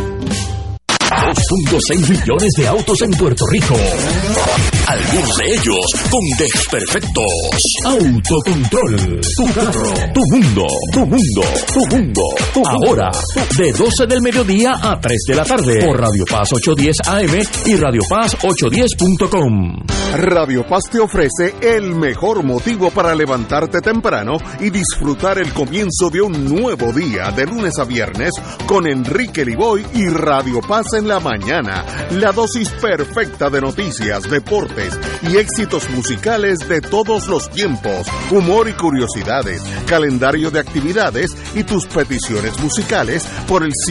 2.6 millones de autos en Puerto Rico. Algunos de ellos con desperfectos. Autocontrol. Tu carro. Tu mundo. Tu mundo. Tu mundo. Ahora, de 12 del mediodía a 3 de la tarde. Por Radio Paz 810 AM y Radio Paz 810.com. Radio Paz te ofrece el mejor motivo para levantarte temprano y disfrutar el comienzo de un nuevo día de lunes a viernes con Enrique Liboy y Radio Paz en la mañana. La dosis perfecta de noticias, deportes y éxitos musicales de todos los tiempos, humor y curiosidades, calendario de actividades y tus peticiones musicales por el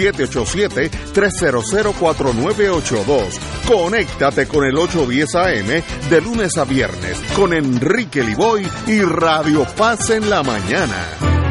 787-300-4982. Conéctate con el 810 AM de lunes a viernes con Enrique Liboy y Radio Paz en la mañana.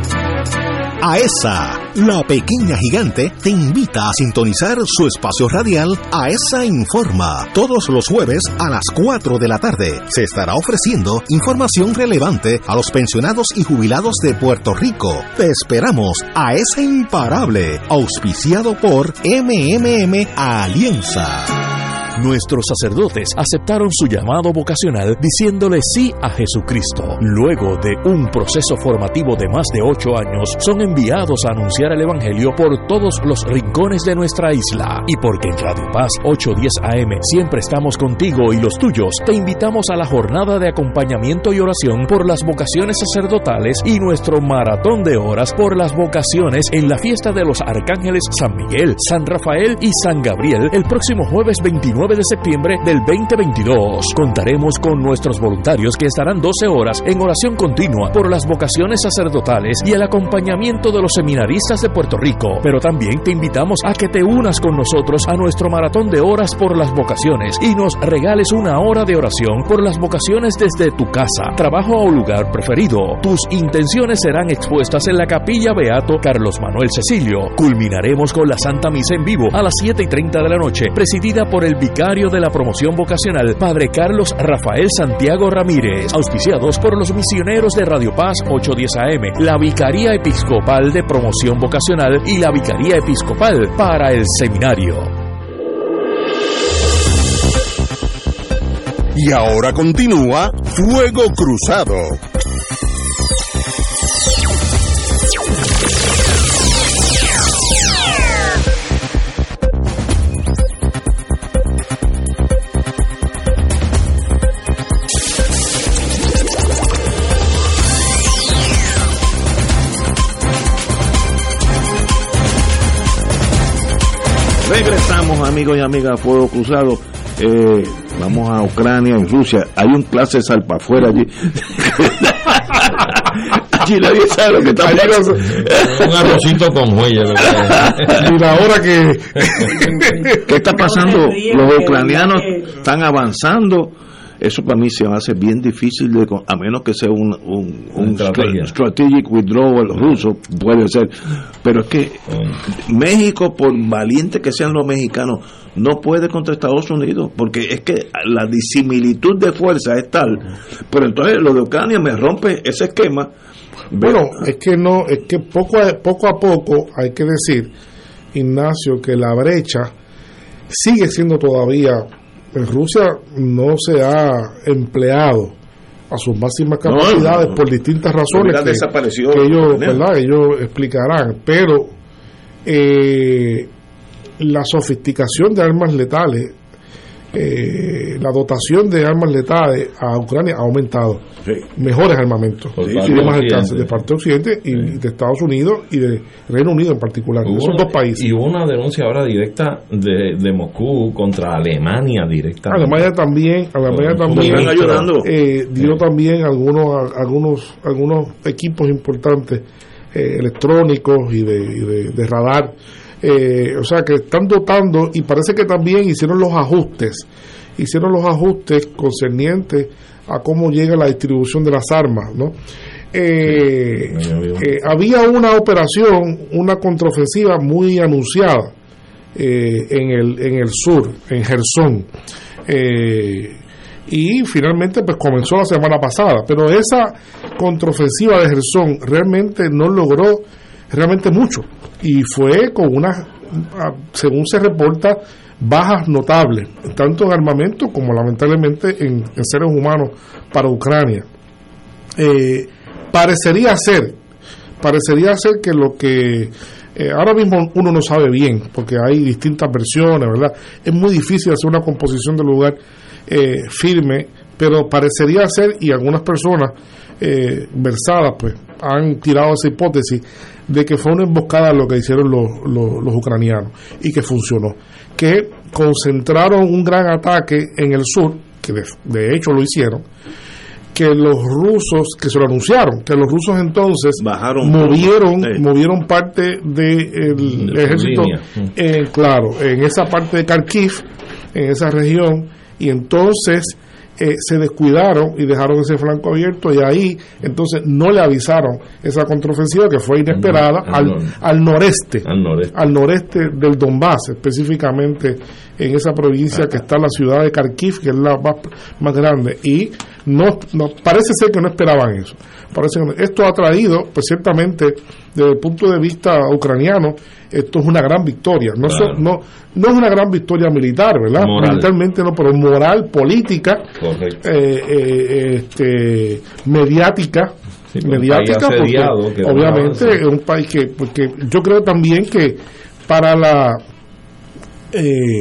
AESA, la pequeña gigante, te invita a sintonizar su espacio radial AESA Informa. Todos los jueves a las 4 de la tarde se estará ofreciendo información relevante a los pensionados y jubilados de Puerto Rico. Te esperamos, AESA Imparable, auspiciado por MMM Alianza. Nuestros sacerdotes aceptaron su llamado vocacional diciéndole sí a Jesucristo. Luego de un proceso formativo de más de 8 años, son enviados a anunciar el Evangelio por todos los rincones de nuestra isla. Y porque en Radio Paz 810 AM siempre estamos contigo y los tuyos, te invitamos a la jornada de acompañamiento y oración por las vocaciones sacerdotales y nuestro maratón de horas por las vocaciones en la fiesta de los arcángeles San Miguel, San Rafael y San Gabriel el próximo jueves 29 9 de septiembre del 2022. Contaremos con nuestros voluntarios que estarán 12 horas en oración continua por las vocaciones sacerdotales y el acompañamiento de los seminaristas de Puerto Rico. Pero también te invitamos a que te unas con nosotros a nuestro maratón de horas por las vocaciones y nos regales una hora de oración por las vocaciones desde tu casa, trabajo o lugar preferido. Tus intenciones serán expuestas en la Capilla Beato Carlos Manuel Cecilio. Culminaremos con la Santa Misa en vivo a las 7:30 de la noche, presidida por el vicario de la promoción vocacional, Padre Carlos Rafael Santiago Ramírez, auspiciados por los misioneros de Radio Paz 810 AM, la Vicaría Episcopal de Promoción Vocacional y la Vicaría Episcopal para el Seminario. Y ahora continúa Fuego Cruzado. Regresamos, amigos y amigas, a Fuego Cruzado. Vamos a Ucrania y Rusia. Hay un clase salpa afuera allí. Allí nadie sabe lo que está pasando. Un arrocito con huella. Y la hora que... ¿Qué está pasando? Los ucranianos están avanzando. Eso para mí se hace bien difícil, a menos que sea un strategic withdrawal ruso, puede ser. Pero es que México, por valiente que sean los mexicanos, no puede contra Estados Unidos, porque es que la disimilitud de fuerza es tal. Pero entonces lo de Ucrania me rompe ese esquema. Bueno, es que poco a poco hay que decir, Ignacio, que la brecha sigue siendo todavía... En Rusia no se ha empleado a sus máximas capacidades por distintas razones que ellos explicarán, pero la sofisticación de armas letales, la dotación de armas letales a Ucrania ha aumentado. Mejores armamentos y de más alcance de parte de Occidente y de Estados Unidos y de Reino Unido en particular, esos dos países. Y hubo una denuncia ahora directa de Moscú contra Alemania directamente. Alemania también dio también algunos equipos importantes electrónicos y de radar. O sea que están dotando, y parece que también hicieron los ajustes concernientes a cómo llega la distribución de las armas, ¿no? Había una operación, una contraofensiva muy anunciada en el sur, en Jersón, y finalmente pues comenzó la semana pasada, pero esa contraofensiva de Jersón realmente no logró realmente mucho, y fue con según se reporta, bajas notables, tanto en armamento como lamentablemente en seres humanos para Ucrania. Parecería ser que lo que ahora mismo uno no sabe bien, porque hay distintas versiones, ¿verdad? Es muy difícil hacer una composición del lugar firme, pero parecería ser, y algunas personas versadas pues han tirado esa hipótesis de que fue una emboscada lo que hicieron los ucranianos y que funcionó, que concentraron un gran ataque en el sur, que de hecho lo hicieron, que los rusos, que se lo anunciaron, que los rusos entonces movieron parte del ejército, en esa parte de Kharkiv, en esa región, y entonces se descuidaron y dejaron ese flanco abierto, y ahí entonces no le avisaron esa contraofensiva que fue inesperada al noreste del Donbass, específicamente en esa provincia que está en la ciudad de Kharkiv, que es la más grande, y no parece ser que no esperaban eso. Esto ha traído, pues ciertamente desde el punto de vista ucraniano, esto es una gran victoria. No es una gran victoria militar, ¿verdad? Moral. Militarmente no, pero moral, política, mediática. Sí, mediática, porque obviamente es un país porque yo creo también que para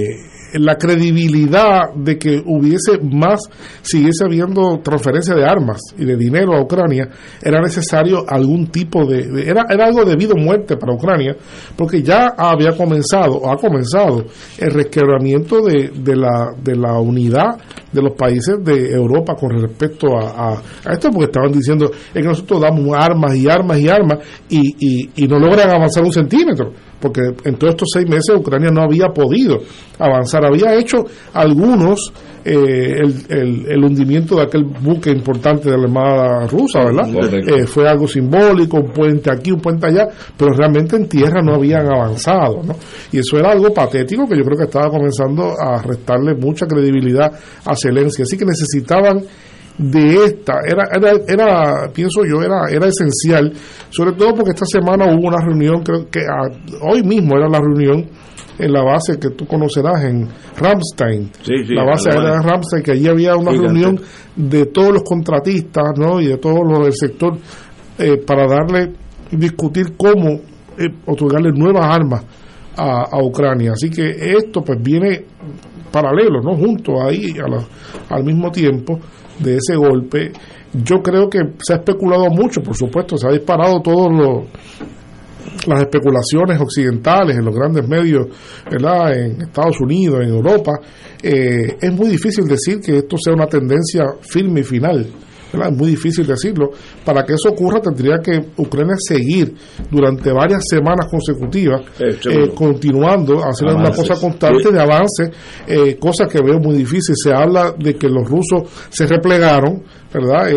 la credibilidad de que siguiese habiendo transferencia de armas y de dinero a Ucrania, era necesario algún tipo era algo de vida o muerte para Ucrania, porque ya ha comenzado el resquebramiento de la unidad de los países de Europa con respecto a esto, porque estaban diciendo es que nosotros damos armas y no logran avanzar un centímetro, porque en todos estos 6 meses Ucrania no había podido avanzar, había hecho algunos el hundimiento de aquel buque importante de la Armada rusa, ¿verdad? Fue algo simbólico, un puente aquí, un puente allá, pero realmente en tierra no habían avanzado, ¿no? Y eso era algo patético que yo creo que estaba comenzando a restarle mucha credibilidad a Zelensky, así que necesitaban de esta, pienso yo, era esencial, sobre todo porque esta semana hubo una reunión, creo que hoy mismo era la reunión en la base que tú conocerás en Ramstein, la base aérea de Ramstein, que allí había una reunión de todos los contratistas, ¿no? Y de todos los del sector para discutir cómo otorgarle nuevas armas a Ucrania. Así que esto pues viene paralelo, ¿no? Junto ahí al mismo tiempo de ese golpe. Yo creo que se ha especulado mucho, por supuesto, se ha disparado las especulaciones occidentales en los grandes medios, ¿verdad? En Estados Unidos, en Europa. Es muy difícil decir que esto sea una tendencia firme y final, ¿verdad? Es muy difícil decirlo. Para que eso ocurra tendría que Ucrania seguir durante varias semanas consecutivas continuando, haciendo una cosa constante de avance, cosa que veo muy difícil. Se habla de que los rusos se replegaron, ¿verdad?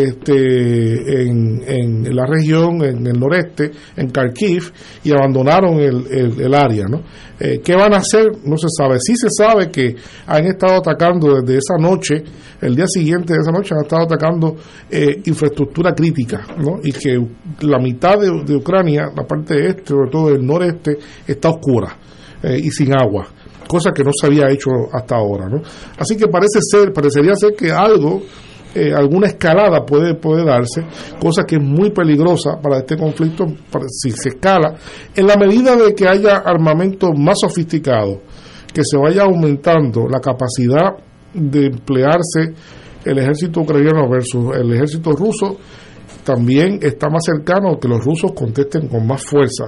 En la región, en el noreste, en Kharkiv, y abandonaron el área, ¿no? ¿Qué van a hacer? No se sabe. Sí se sabe que han estado atacando desde esa noche, el día siguiente de esa noche, han estado atacando infraestructura crítica, ¿no? Y que la mitad de Ucrania, la parte este, sobre todo el noreste, está oscura y sin agua, cosa que no se había hecho hasta ahora, ¿no? Así que parecería ser que alguna escalada puede darse, cosa que es muy peligrosa para este conflicto si se escala, en la medida de que haya armamento más sofisticado, que se vaya aumentando la capacidad de emplearse el ejército ucraniano versus el ejército ruso. También está más cercano que los rusos contesten con más fuerza,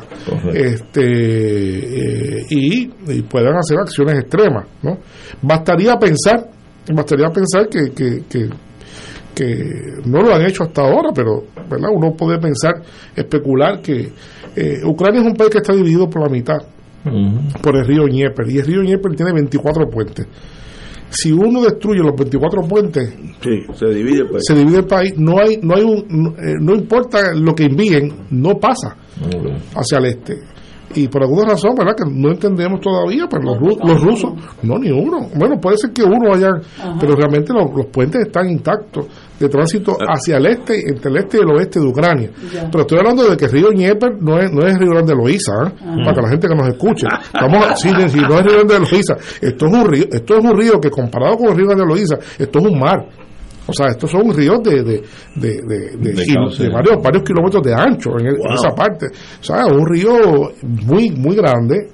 y puedan hacer acciones extremas, ¿no? Bastaría pensar que no lo han hecho hasta ahora, pero ¿verdad? Uno puede especular que Ucrania es un país que está dividido por la mitad, por el río Dnieper, y el río Dnieper tiene 24 puentes. Si uno destruye los 24 puentes, se divide el país. Se divide el país. No importa lo que envíen, no pasa hacia el este. Y por alguna razón, ¿verdad?, que no entendemos todavía, pero los rusos, no, ni uno. Bueno, puede ser que uno haya, pero realmente los puentes están intactos de tránsito hacia el este, entre el este y el oeste de Ucrania. Pero estoy hablando de que el río Dnieper no es el Río Grande de Loíza, para que la gente que nos escuche. No es el Río Grande de Loíza. Esto es un río que, comparado con el Río Grande de Loíza, esto es un mar. O sea, estos son ríos de varios kilómetros de ancho en esa parte. O sea, un río muy, muy grande,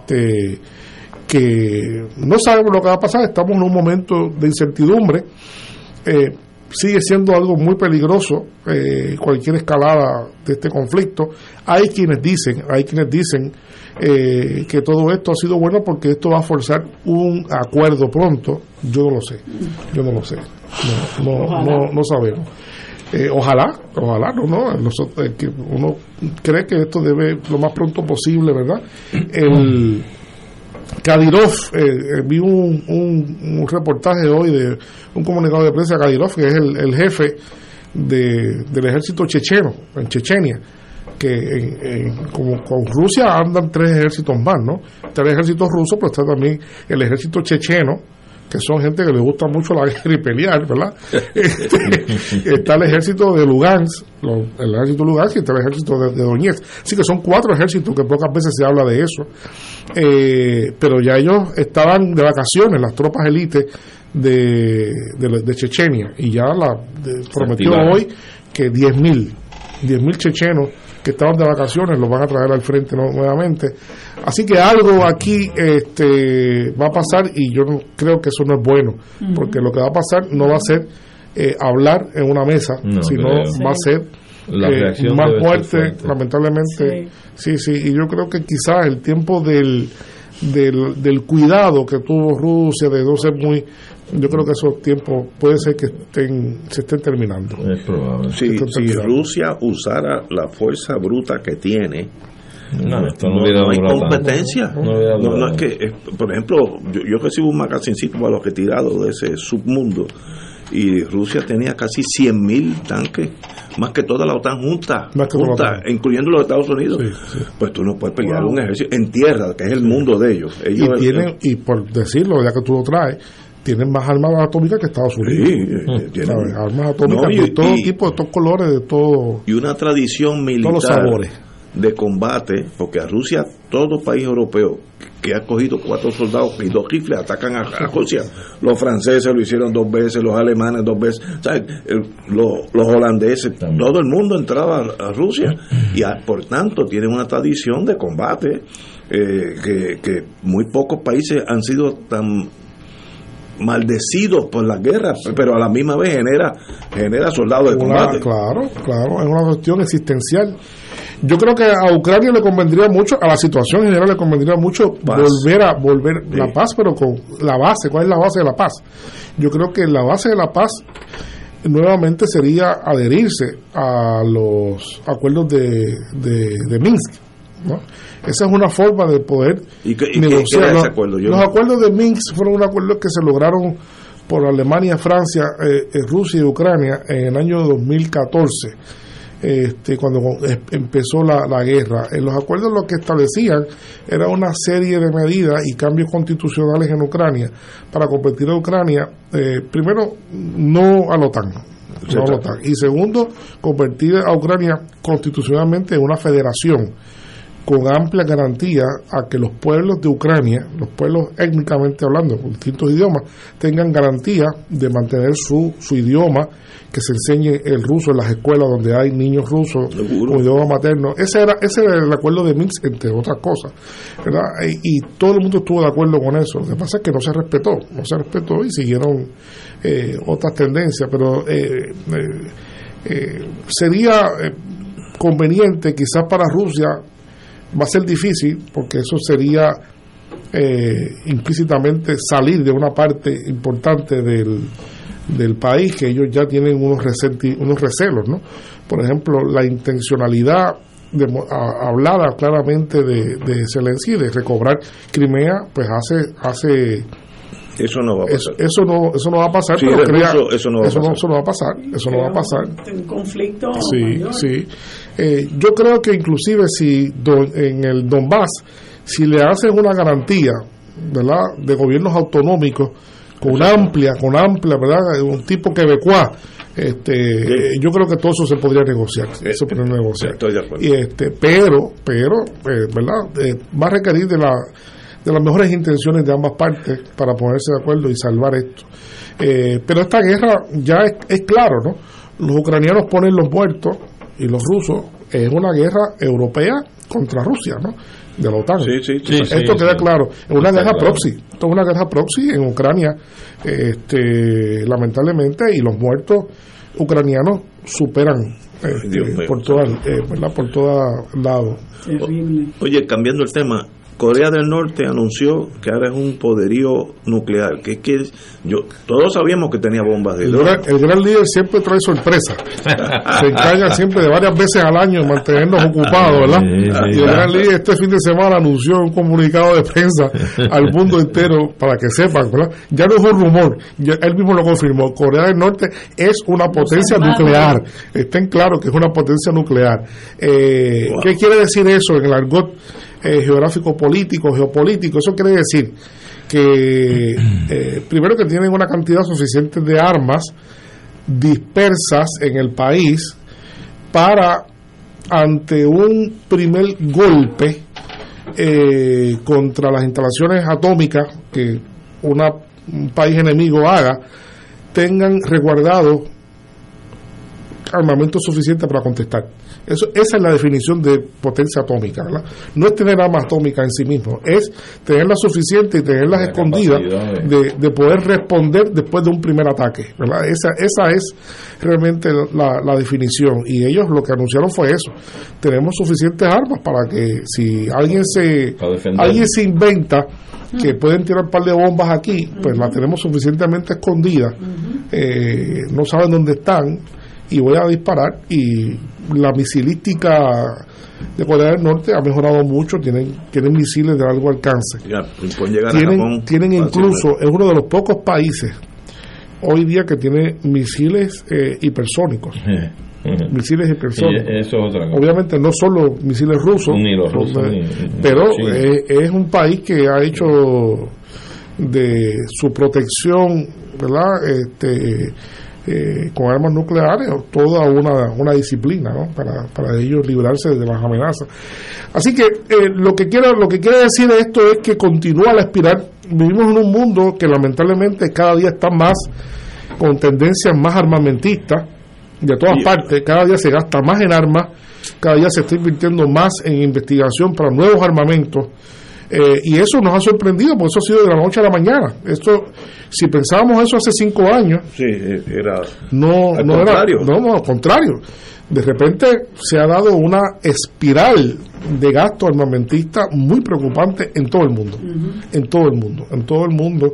que no sabemos lo que va a pasar. Estamos en un momento de incertidumbre. Sigue siendo algo muy peligroso cualquier escalada de este conflicto. Hay quienes dicen que todo esto ha sido bueno porque esto va a forzar un acuerdo pronto. Yo no lo sé. No sabemos. Ojalá, no. Que uno cree que esto debe lo más pronto posible, ¿verdad? El Kadyrov, vi un reportaje hoy de un comunicado de prensa de Kadyrov, que es el jefe del ejército checheno en Chechenia, que como con Rusia andan 3 ejércitos más, ¿no? 3 ejércitos rusos, pero está también el ejército checheno, que son gente que le gusta mucho la guerra y pelear, ¿verdad? Está el ejército de Lugansk, el ejército de Lugansk, y está el ejército de Donetsk. Así que son 4 ejércitos, que pocas veces se habla de eso. Pero ya ellos estaban de vacaciones, las tropas élites de Chechenia, y ya prometió hoy que 10.000 chechenos que estaban de vacaciones, los van a traer al frente nuevamente. Así que algo aquí va a pasar, y yo creo que eso no es bueno, porque lo que va a pasar no va a ser hablar en una mesa, sino va a ser más muerte, lamentablemente. Sí, y yo creo que quizás el tiempo del cuidado que tuvo Rusia, de no ser muy... Yo creo que esos tiempos puede ser que se estén terminando. Es probable. Si Rusia usara la fuerza bruta que tiene, no hay competencia. No es que, por ejemplo, yo recibo un magazincito para los retirados de ese submundo, y Rusia tenía casi 100.000 tanques, más que toda la OTAN junta, incluyendo los Estados Unidos. Pues tú no puedes pelear un ejército en tierra, que es el mundo de ellos. Y por decirlo, ya que tú lo traes, tienen más armas atómicas que Estados Unidos. Tienen armas atómicas de todo tipo, de todos colores, de todo. Y una tradición militar, todos los sabores de combate, porque a Rusia, todo país europeo que ha cogido 4 soldados y 2 rifles atacan a Rusia. Los franceses lo hicieron 2 veces, los alemanes 2 veces, ¿sabes? Los holandeses, todo el mundo entraba a Rusia, y por tanto tienen una tradición de combate que muy pocos países han sido tan maldecidos por la guerra, pero a la misma vez genera soldados de combate. Claro, es una cuestión existencial. Yo creo que a Ucrania le convendría mucho, a la situación en general le convendría mucho volver la paz, pero con la base. ¿Cuál es la base de la paz? Yo creo que la base de la paz nuevamente sería adherirse a los acuerdos de Minsk, ¿no? Esa es una forma de poder negociar. Ese acuerdo? Los acuerdos de Minsk fueron un acuerdo que se lograron por Alemania, Francia, Rusia y Ucrania en el año 2014, cuando empezó la guerra. En los acuerdos lo que establecían era una serie de medidas y cambios constitucionales en Ucrania para convertir a Ucrania, primero, no a la OTAN, y segundo, convertir a Ucrania constitucionalmente en una federación con amplia garantía a que los pueblos de Ucrania, los pueblos étnicamente hablando, con distintos idiomas, tengan garantía de mantener su idioma, que se enseñe el ruso en las escuelas donde hay niños rusos con idioma materno. Ese era el acuerdo de Minsk, entre otras cosas, ¿verdad? Y todo el mundo estuvo de acuerdo con eso. Lo que pasa es que no se respetó y siguieron otras tendencias, pero sería conveniente quizás para Rusia. Va a ser difícil, porque eso sería implícitamente salir de una parte importante del país, que ellos ya tienen unos recelos, ¿no? Por ejemplo, la intencionalidad hablada claramente de Zelensky de recobrar Crimea, pues hace eso no va a pasar. Eso no va a pasar, sí, pero eso no va a pasar. Un conflicto. Sí. Yo creo que inclusive si en el Donbass, si le hacen una garantía, ¿verdad?, de gobiernos autonómicos con amplia, ¿verdad?, un tipo quebecuá, yo creo que todo eso se podría negociar. Estoy de acuerdo. Pero ¿verdad?, va a requerir de las mejores intenciones de ambas partes para ponerse de acuerdo y salvar esto. Pero esta guerra ya es claro, ¿no? Los ucranianos ponen los muertos y los rusos es una guerra europea contra Rusia, ¿no?, de la OTAN. Esto queda claro. Es una guerra proxy. Esto es una guerra proxy en Ucrania, lamentablemente, y los muertos ucranianos superan por todos lados. Oye, cambiando el tema, Corea del Norte anunció que ahora es un poderío nuclear. Todos sabíamos que tenía bombas de hidrógeno. El gran líder siempre trae sorpresas. Se encarga siempre de varias veces al año de mantenernos ocupados, ¿verdad? Y el gran líder este fin de semana anunció un comunicado de prensa al mundo entero para que sepan, ¿verdad? Ya no es un rumor, él mismo lo confirmó. Corea del Norte es una potencia nuclear. Estén claros que es una potencia nuclear. ¿Qué quiere decir eso en el argot geográfico político, geopolítico? Eso quiere decir que primero que tienen una cantidad suficiente de armas dispersas en el país para, ante un primer golpe contra las instalaciones atómicas que un país enemigo haga, tengan resguardado armamento suficiente para contestar. Esa es la definición de potencia atómica, ¿verdad? No es tener armas atómicas en sí mismo, es tenerlas suficientes y tenerlas escondidas de poder responder después de un primer ataque, ¿verdad? Esa es realmente la definición, y ellos lo que anunciaron fue eso: tenemos suficientes armas para que si alguien se inventa que pueden tirar un par de bombas aquí, pues las tenemos suficientemente escondidas, no saben dónde están, y voy a disparar. Y la misilística de Corea del Norte ha mejorado mucho, tienen misiles de largo alcance, tienen incluso, es uno de los pocos países hoy día que tiene misiles hipersónicos. Misiles hipersónicos. Eso es otra cosa. Obviamente no son los misiles rusos, ni los rusos, pero es un país que ha hecho de su protección, ¿verdad? Con armas nucleares toda una disciplina, ¿no? para ellos librarse de las amenazas. Así que lo que quiere decir esto es que continúa la espiral. Vivimos en un mundo que lamentablemente cada día está más con tendencias más armamentistas de todas partes. Cada día se gasta más en armas, cada día se está invirtiendo más en investigación para nuevos armamentos, y eso nos ha sorprendido, porque eso ha sido de la noche a la mañana. Esto, si pensábamos eso hace 5 años, al contrario. De repente se ha dado una espiral de gasto armamentista muy preocupante en todo el mundo, en todo el mundo,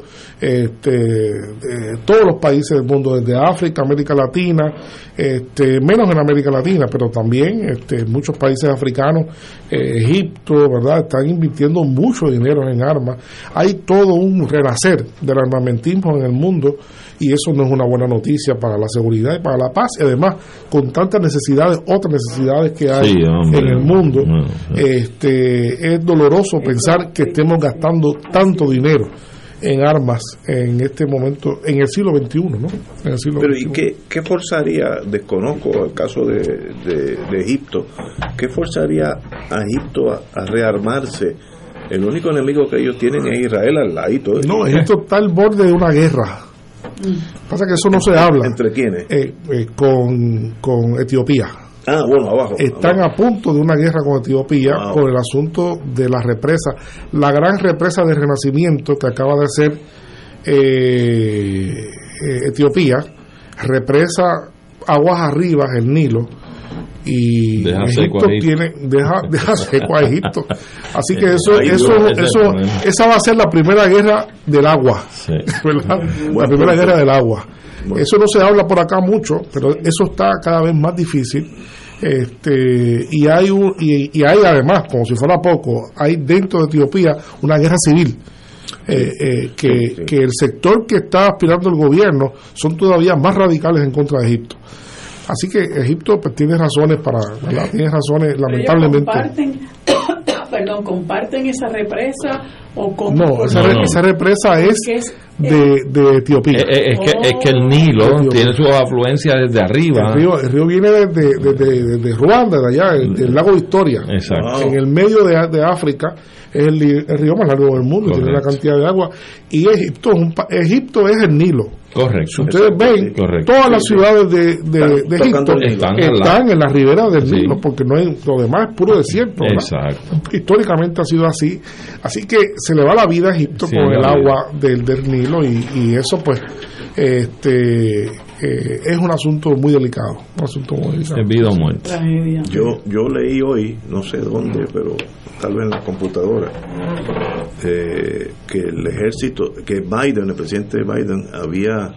todos los países del mundo, desde África, América Latina, menos en América Latina, pero también muchos países africanos, Egipto, ¿verdad? Están invirtiendo mucho dinero en armas. Hay todo un renacer del armamentismo en el mundo, y eso no es una buena noticia para la seguridad y para la paz. Y además, con tantas necesidades, otras necesidades que hay en el mundo, es doloroso pensar que estemos gastando tanto dinero en armas en este momento, en el siglo XXI, ¿no? En el siglo Pero XXI. ¿y qué forzaría? Desconozco el caso de Egipto. ¿Qué forzaría a Egipto a rearmarse? El único enemigo que ellos tienen es Israel al ladito. No, Egipto está al borde de una guerra. Pasa que eso no se habla. ¿Entre quiénes? Con Etiopía. Bueno, abajo. Están a punto de una guerra con Etiopía por el asunto de la represa, la gran represa de renacimiento que acaba de hacer Etiopía, represa aguas arriba, el Nilo, y Egipto deja seco a Egipto. Así que esa va a ser la primera guerra del agua, ¿verdad? La primera guerra del agua. Eso no se habla por acá mucho, pero eso está cada vez más difícil. Y hay además, como si fuera poco, hay dentro de Etiopía una guerra civil, que el sector que está aspirando el gobierno son todavía más radicales en contra de Egipto. Así que Egipto pues tiene razones lamentablemente. ¿Comparten esa represa o cómo? No, esa represa es de Etiopía. Es que el Nilo tiene su afluencia desde arriba. El río viene desde Ruanda, de allá, del lago Victoria. Exacto. En el medio de África es el río más largo del mundo. Correcto. Tiene una cantidad de agua. Y Egipto es el Nilo. Correcto. Si ustedes ven, todas las ciudades de Egipto están en la ribera del Nilo, porque no hay, lo demás es puro desierto. Exacto. Históricamente ha sido así. Así que se le va la vida a Egipto con el agua del Nilo, y eso pues es un asunto muy delicado. Vida o muerte. Yo leí hoy, no sé dónde, pero tal vez en la computadora, que el ejército, que Biden, el presidente Biden, había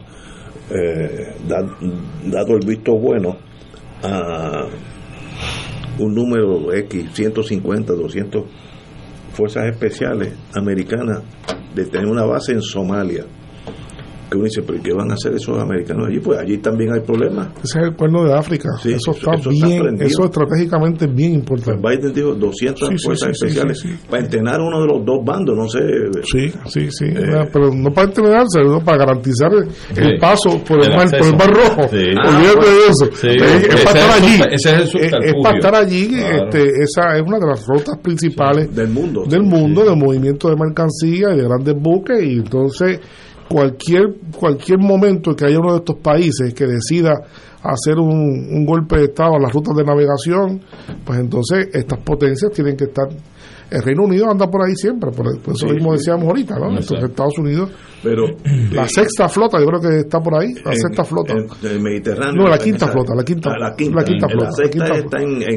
dado el visto bueno a un número X, 150, 200 fuerzas especiales americanas, de tener una base en Somalia. Que uno dice, ¿pero qué van a hacer esos americanos allí? Pues allí también hay problemas. Ese es el Cuerno de África. Sí, eso estratégicamente es bien importante. Pues Biden dijo 200 fuerzas especiales para entrenar uno de los dos bandos, no sé. Pero no para entrenarse, sino para garantizar el paso por el mar Rojo. Olvídate de eso. Es para estar allí. Es para estar allí. Esa es una de las rutas principales del mundo, de movimiento de mercancía y de grandes buques, y entonces cualquier momento que haya uno de estos países que decida hacer un golpe de Estado a las rutas de navegación, pues entonces estas potencias tienen que estar. El Reino Unido anda por ahí siempre, por eso mismo decíamos ahorita, ¿no? Entonces Estados Unidos, pero la sexta flota, yo creo que está por ahí, la sexta flota. El Mediterráneo. No, la quinta flota, la quinta flota. La sexta está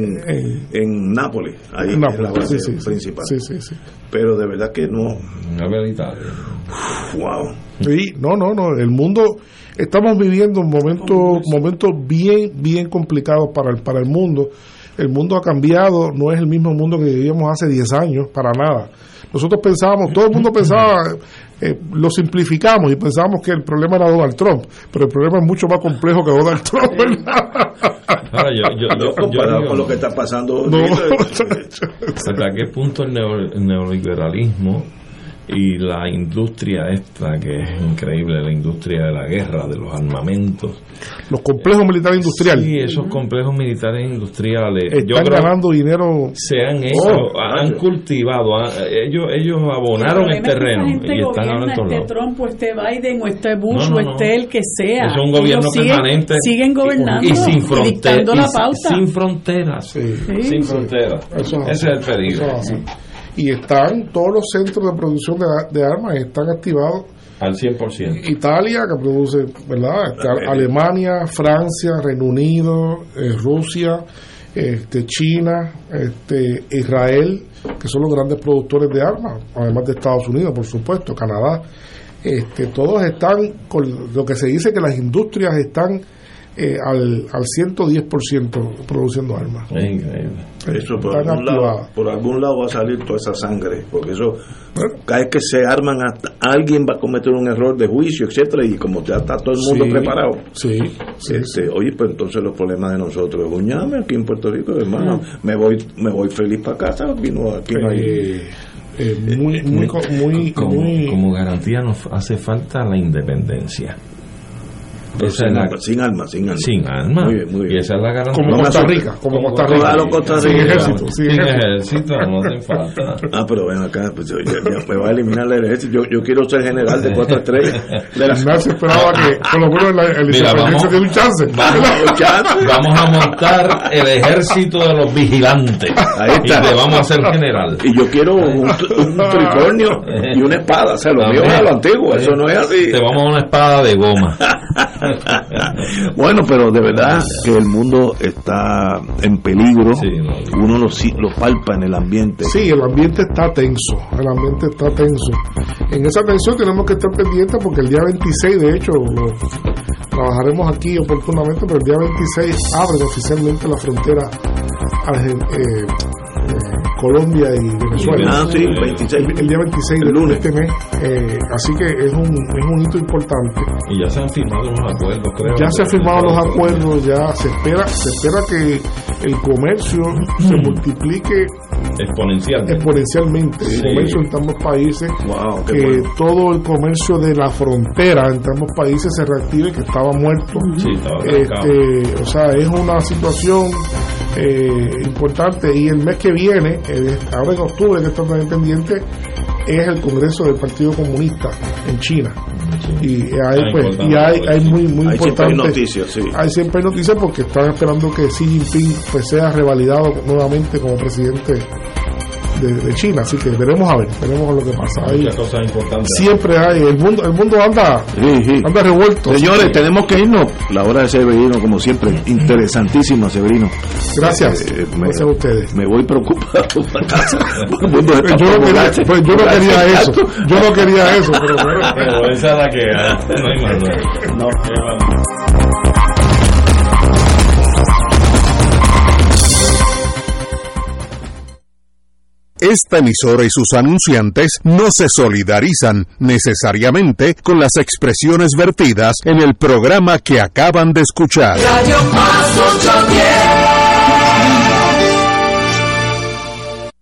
en Nápoles, ahí en Nápoles, es la base principal. Sí. Pero de verdad que no. Una verdad. Wow. Sí, no, el mundo, estamos viviendo un momento bien complicado para el mundo. El mundo ha cambiado, no es el mismo mundo que vivíamos hace 10 años, para nada. Nosotros pensábamos, todo el mundo pensaba, lo simplificamos y pensábamos que el problema era Donald Trump, pero el problema es mucho más complejo que Donald Trump, ¿verdad? Ahora, yo comparado con lo que está pasando. ¿Hasta qué punto el neoliberalismo y la industria esta, que es increíble, la industria de la guerra, de los armamentos, los complejos militares industriales, sí, esos complejos militares industriales están ganando dinero, se han hecho, han cultivado, ellos abonaron el terreno y están ahora en todos lados. Trump o Biden o Bush o el que sea, es un gobierno permanente, siguen gobernando y sin fronteras, la pauta. Sin fronteras, sin fronteras. Ese es el peligro. Y están todos los centros de producción de armas están activados al 100%. Italia, que produce, ¿verdad? Alemania, Francia, Reino Unido, Rusia, China, Israel, que son los grandes productores de armas, además de Estados Unidos, por supuesto, Canadá. Todos están con lo que se dice que las industrias están al 110% produciendo armas. Es increíble. Eso por algún lado va a salir toda esa sangre, porque eso, cada vez que se arman, alguien va a cometer un error de juicio, etcétera, y como ya está todo el mundo preparado. Oye, pues entonces los problemas de nosotros, guñame aquí en Puerto Rico, hermano, me voy feliz para casa, aquí no hay. Como garantía nos hace falta la independencia. Sin armas. Sin armas. Muy bien. Y esa es la garantía. Como Costa Rica. Sin ejército. Sin ejército, no hace falta. Pero ven acá, pues me va a eliminar el ejército. Yo quiero ser general de 4 estrellas. Ignacio esperaba que, por lo menos, el independencia tiene un chance. Vamos a montar el ejército de los vigilantes. Ahí está. Y te vamos a hacer general. Y yo quiero un tricornio y una espada. O sea, lo mío es lo antiguo. Eso no es así. Te vamos a una espada de goma. Bueno, pero de verdad que el mundo está en peligro. Uno lo palpa en el ambiente. Sí, el ambiente está tenso. En esa tensión tenemos que estar pendientes, porque el día 26, de hecho, trabajaremos aquí oportunamente, pero el día 26 abren oficialmente la frontera Colombia y Venezuela. Sí, 26. El día 26 de este mes. Así que es un hito importante. Y ya se han firmado los acuerdos, creo. Ya se han firmado los acuerdos, ya se espera que el comercio se multiplique exponencialmente. El comercio entre ambos países, que todo el comercio de la frontera entre ambos países se reactive, que estaba muerto. O sea, es una situación importante. Y el mes que viene, ahora en octubre, que está también pendiente, es el Congreso del Partido Comunista en China. Y hay muy importante. Siempre hay noticias, siempre hay noticias, porque están esperando que Xi Jinping sea revalidado nuevamente como presidente de China. Así que veremos a lo que pasa. Muchas cosas importantes. Siempre hay, el mundo anda revuelto. Señores, tenemos que irnos. La hora de Severino, como siempre, interesantísima, Severino. Gracias. Gracias a ustedes. Me voy preocupado para casa. Yo no quería eso, pero esa es la que no hay más. No. Esta emisora y sus anunciantes no se solidarizan necesariamente con las expresiones vertidas en el programa que acaban de escuchar. Radio Paz 810.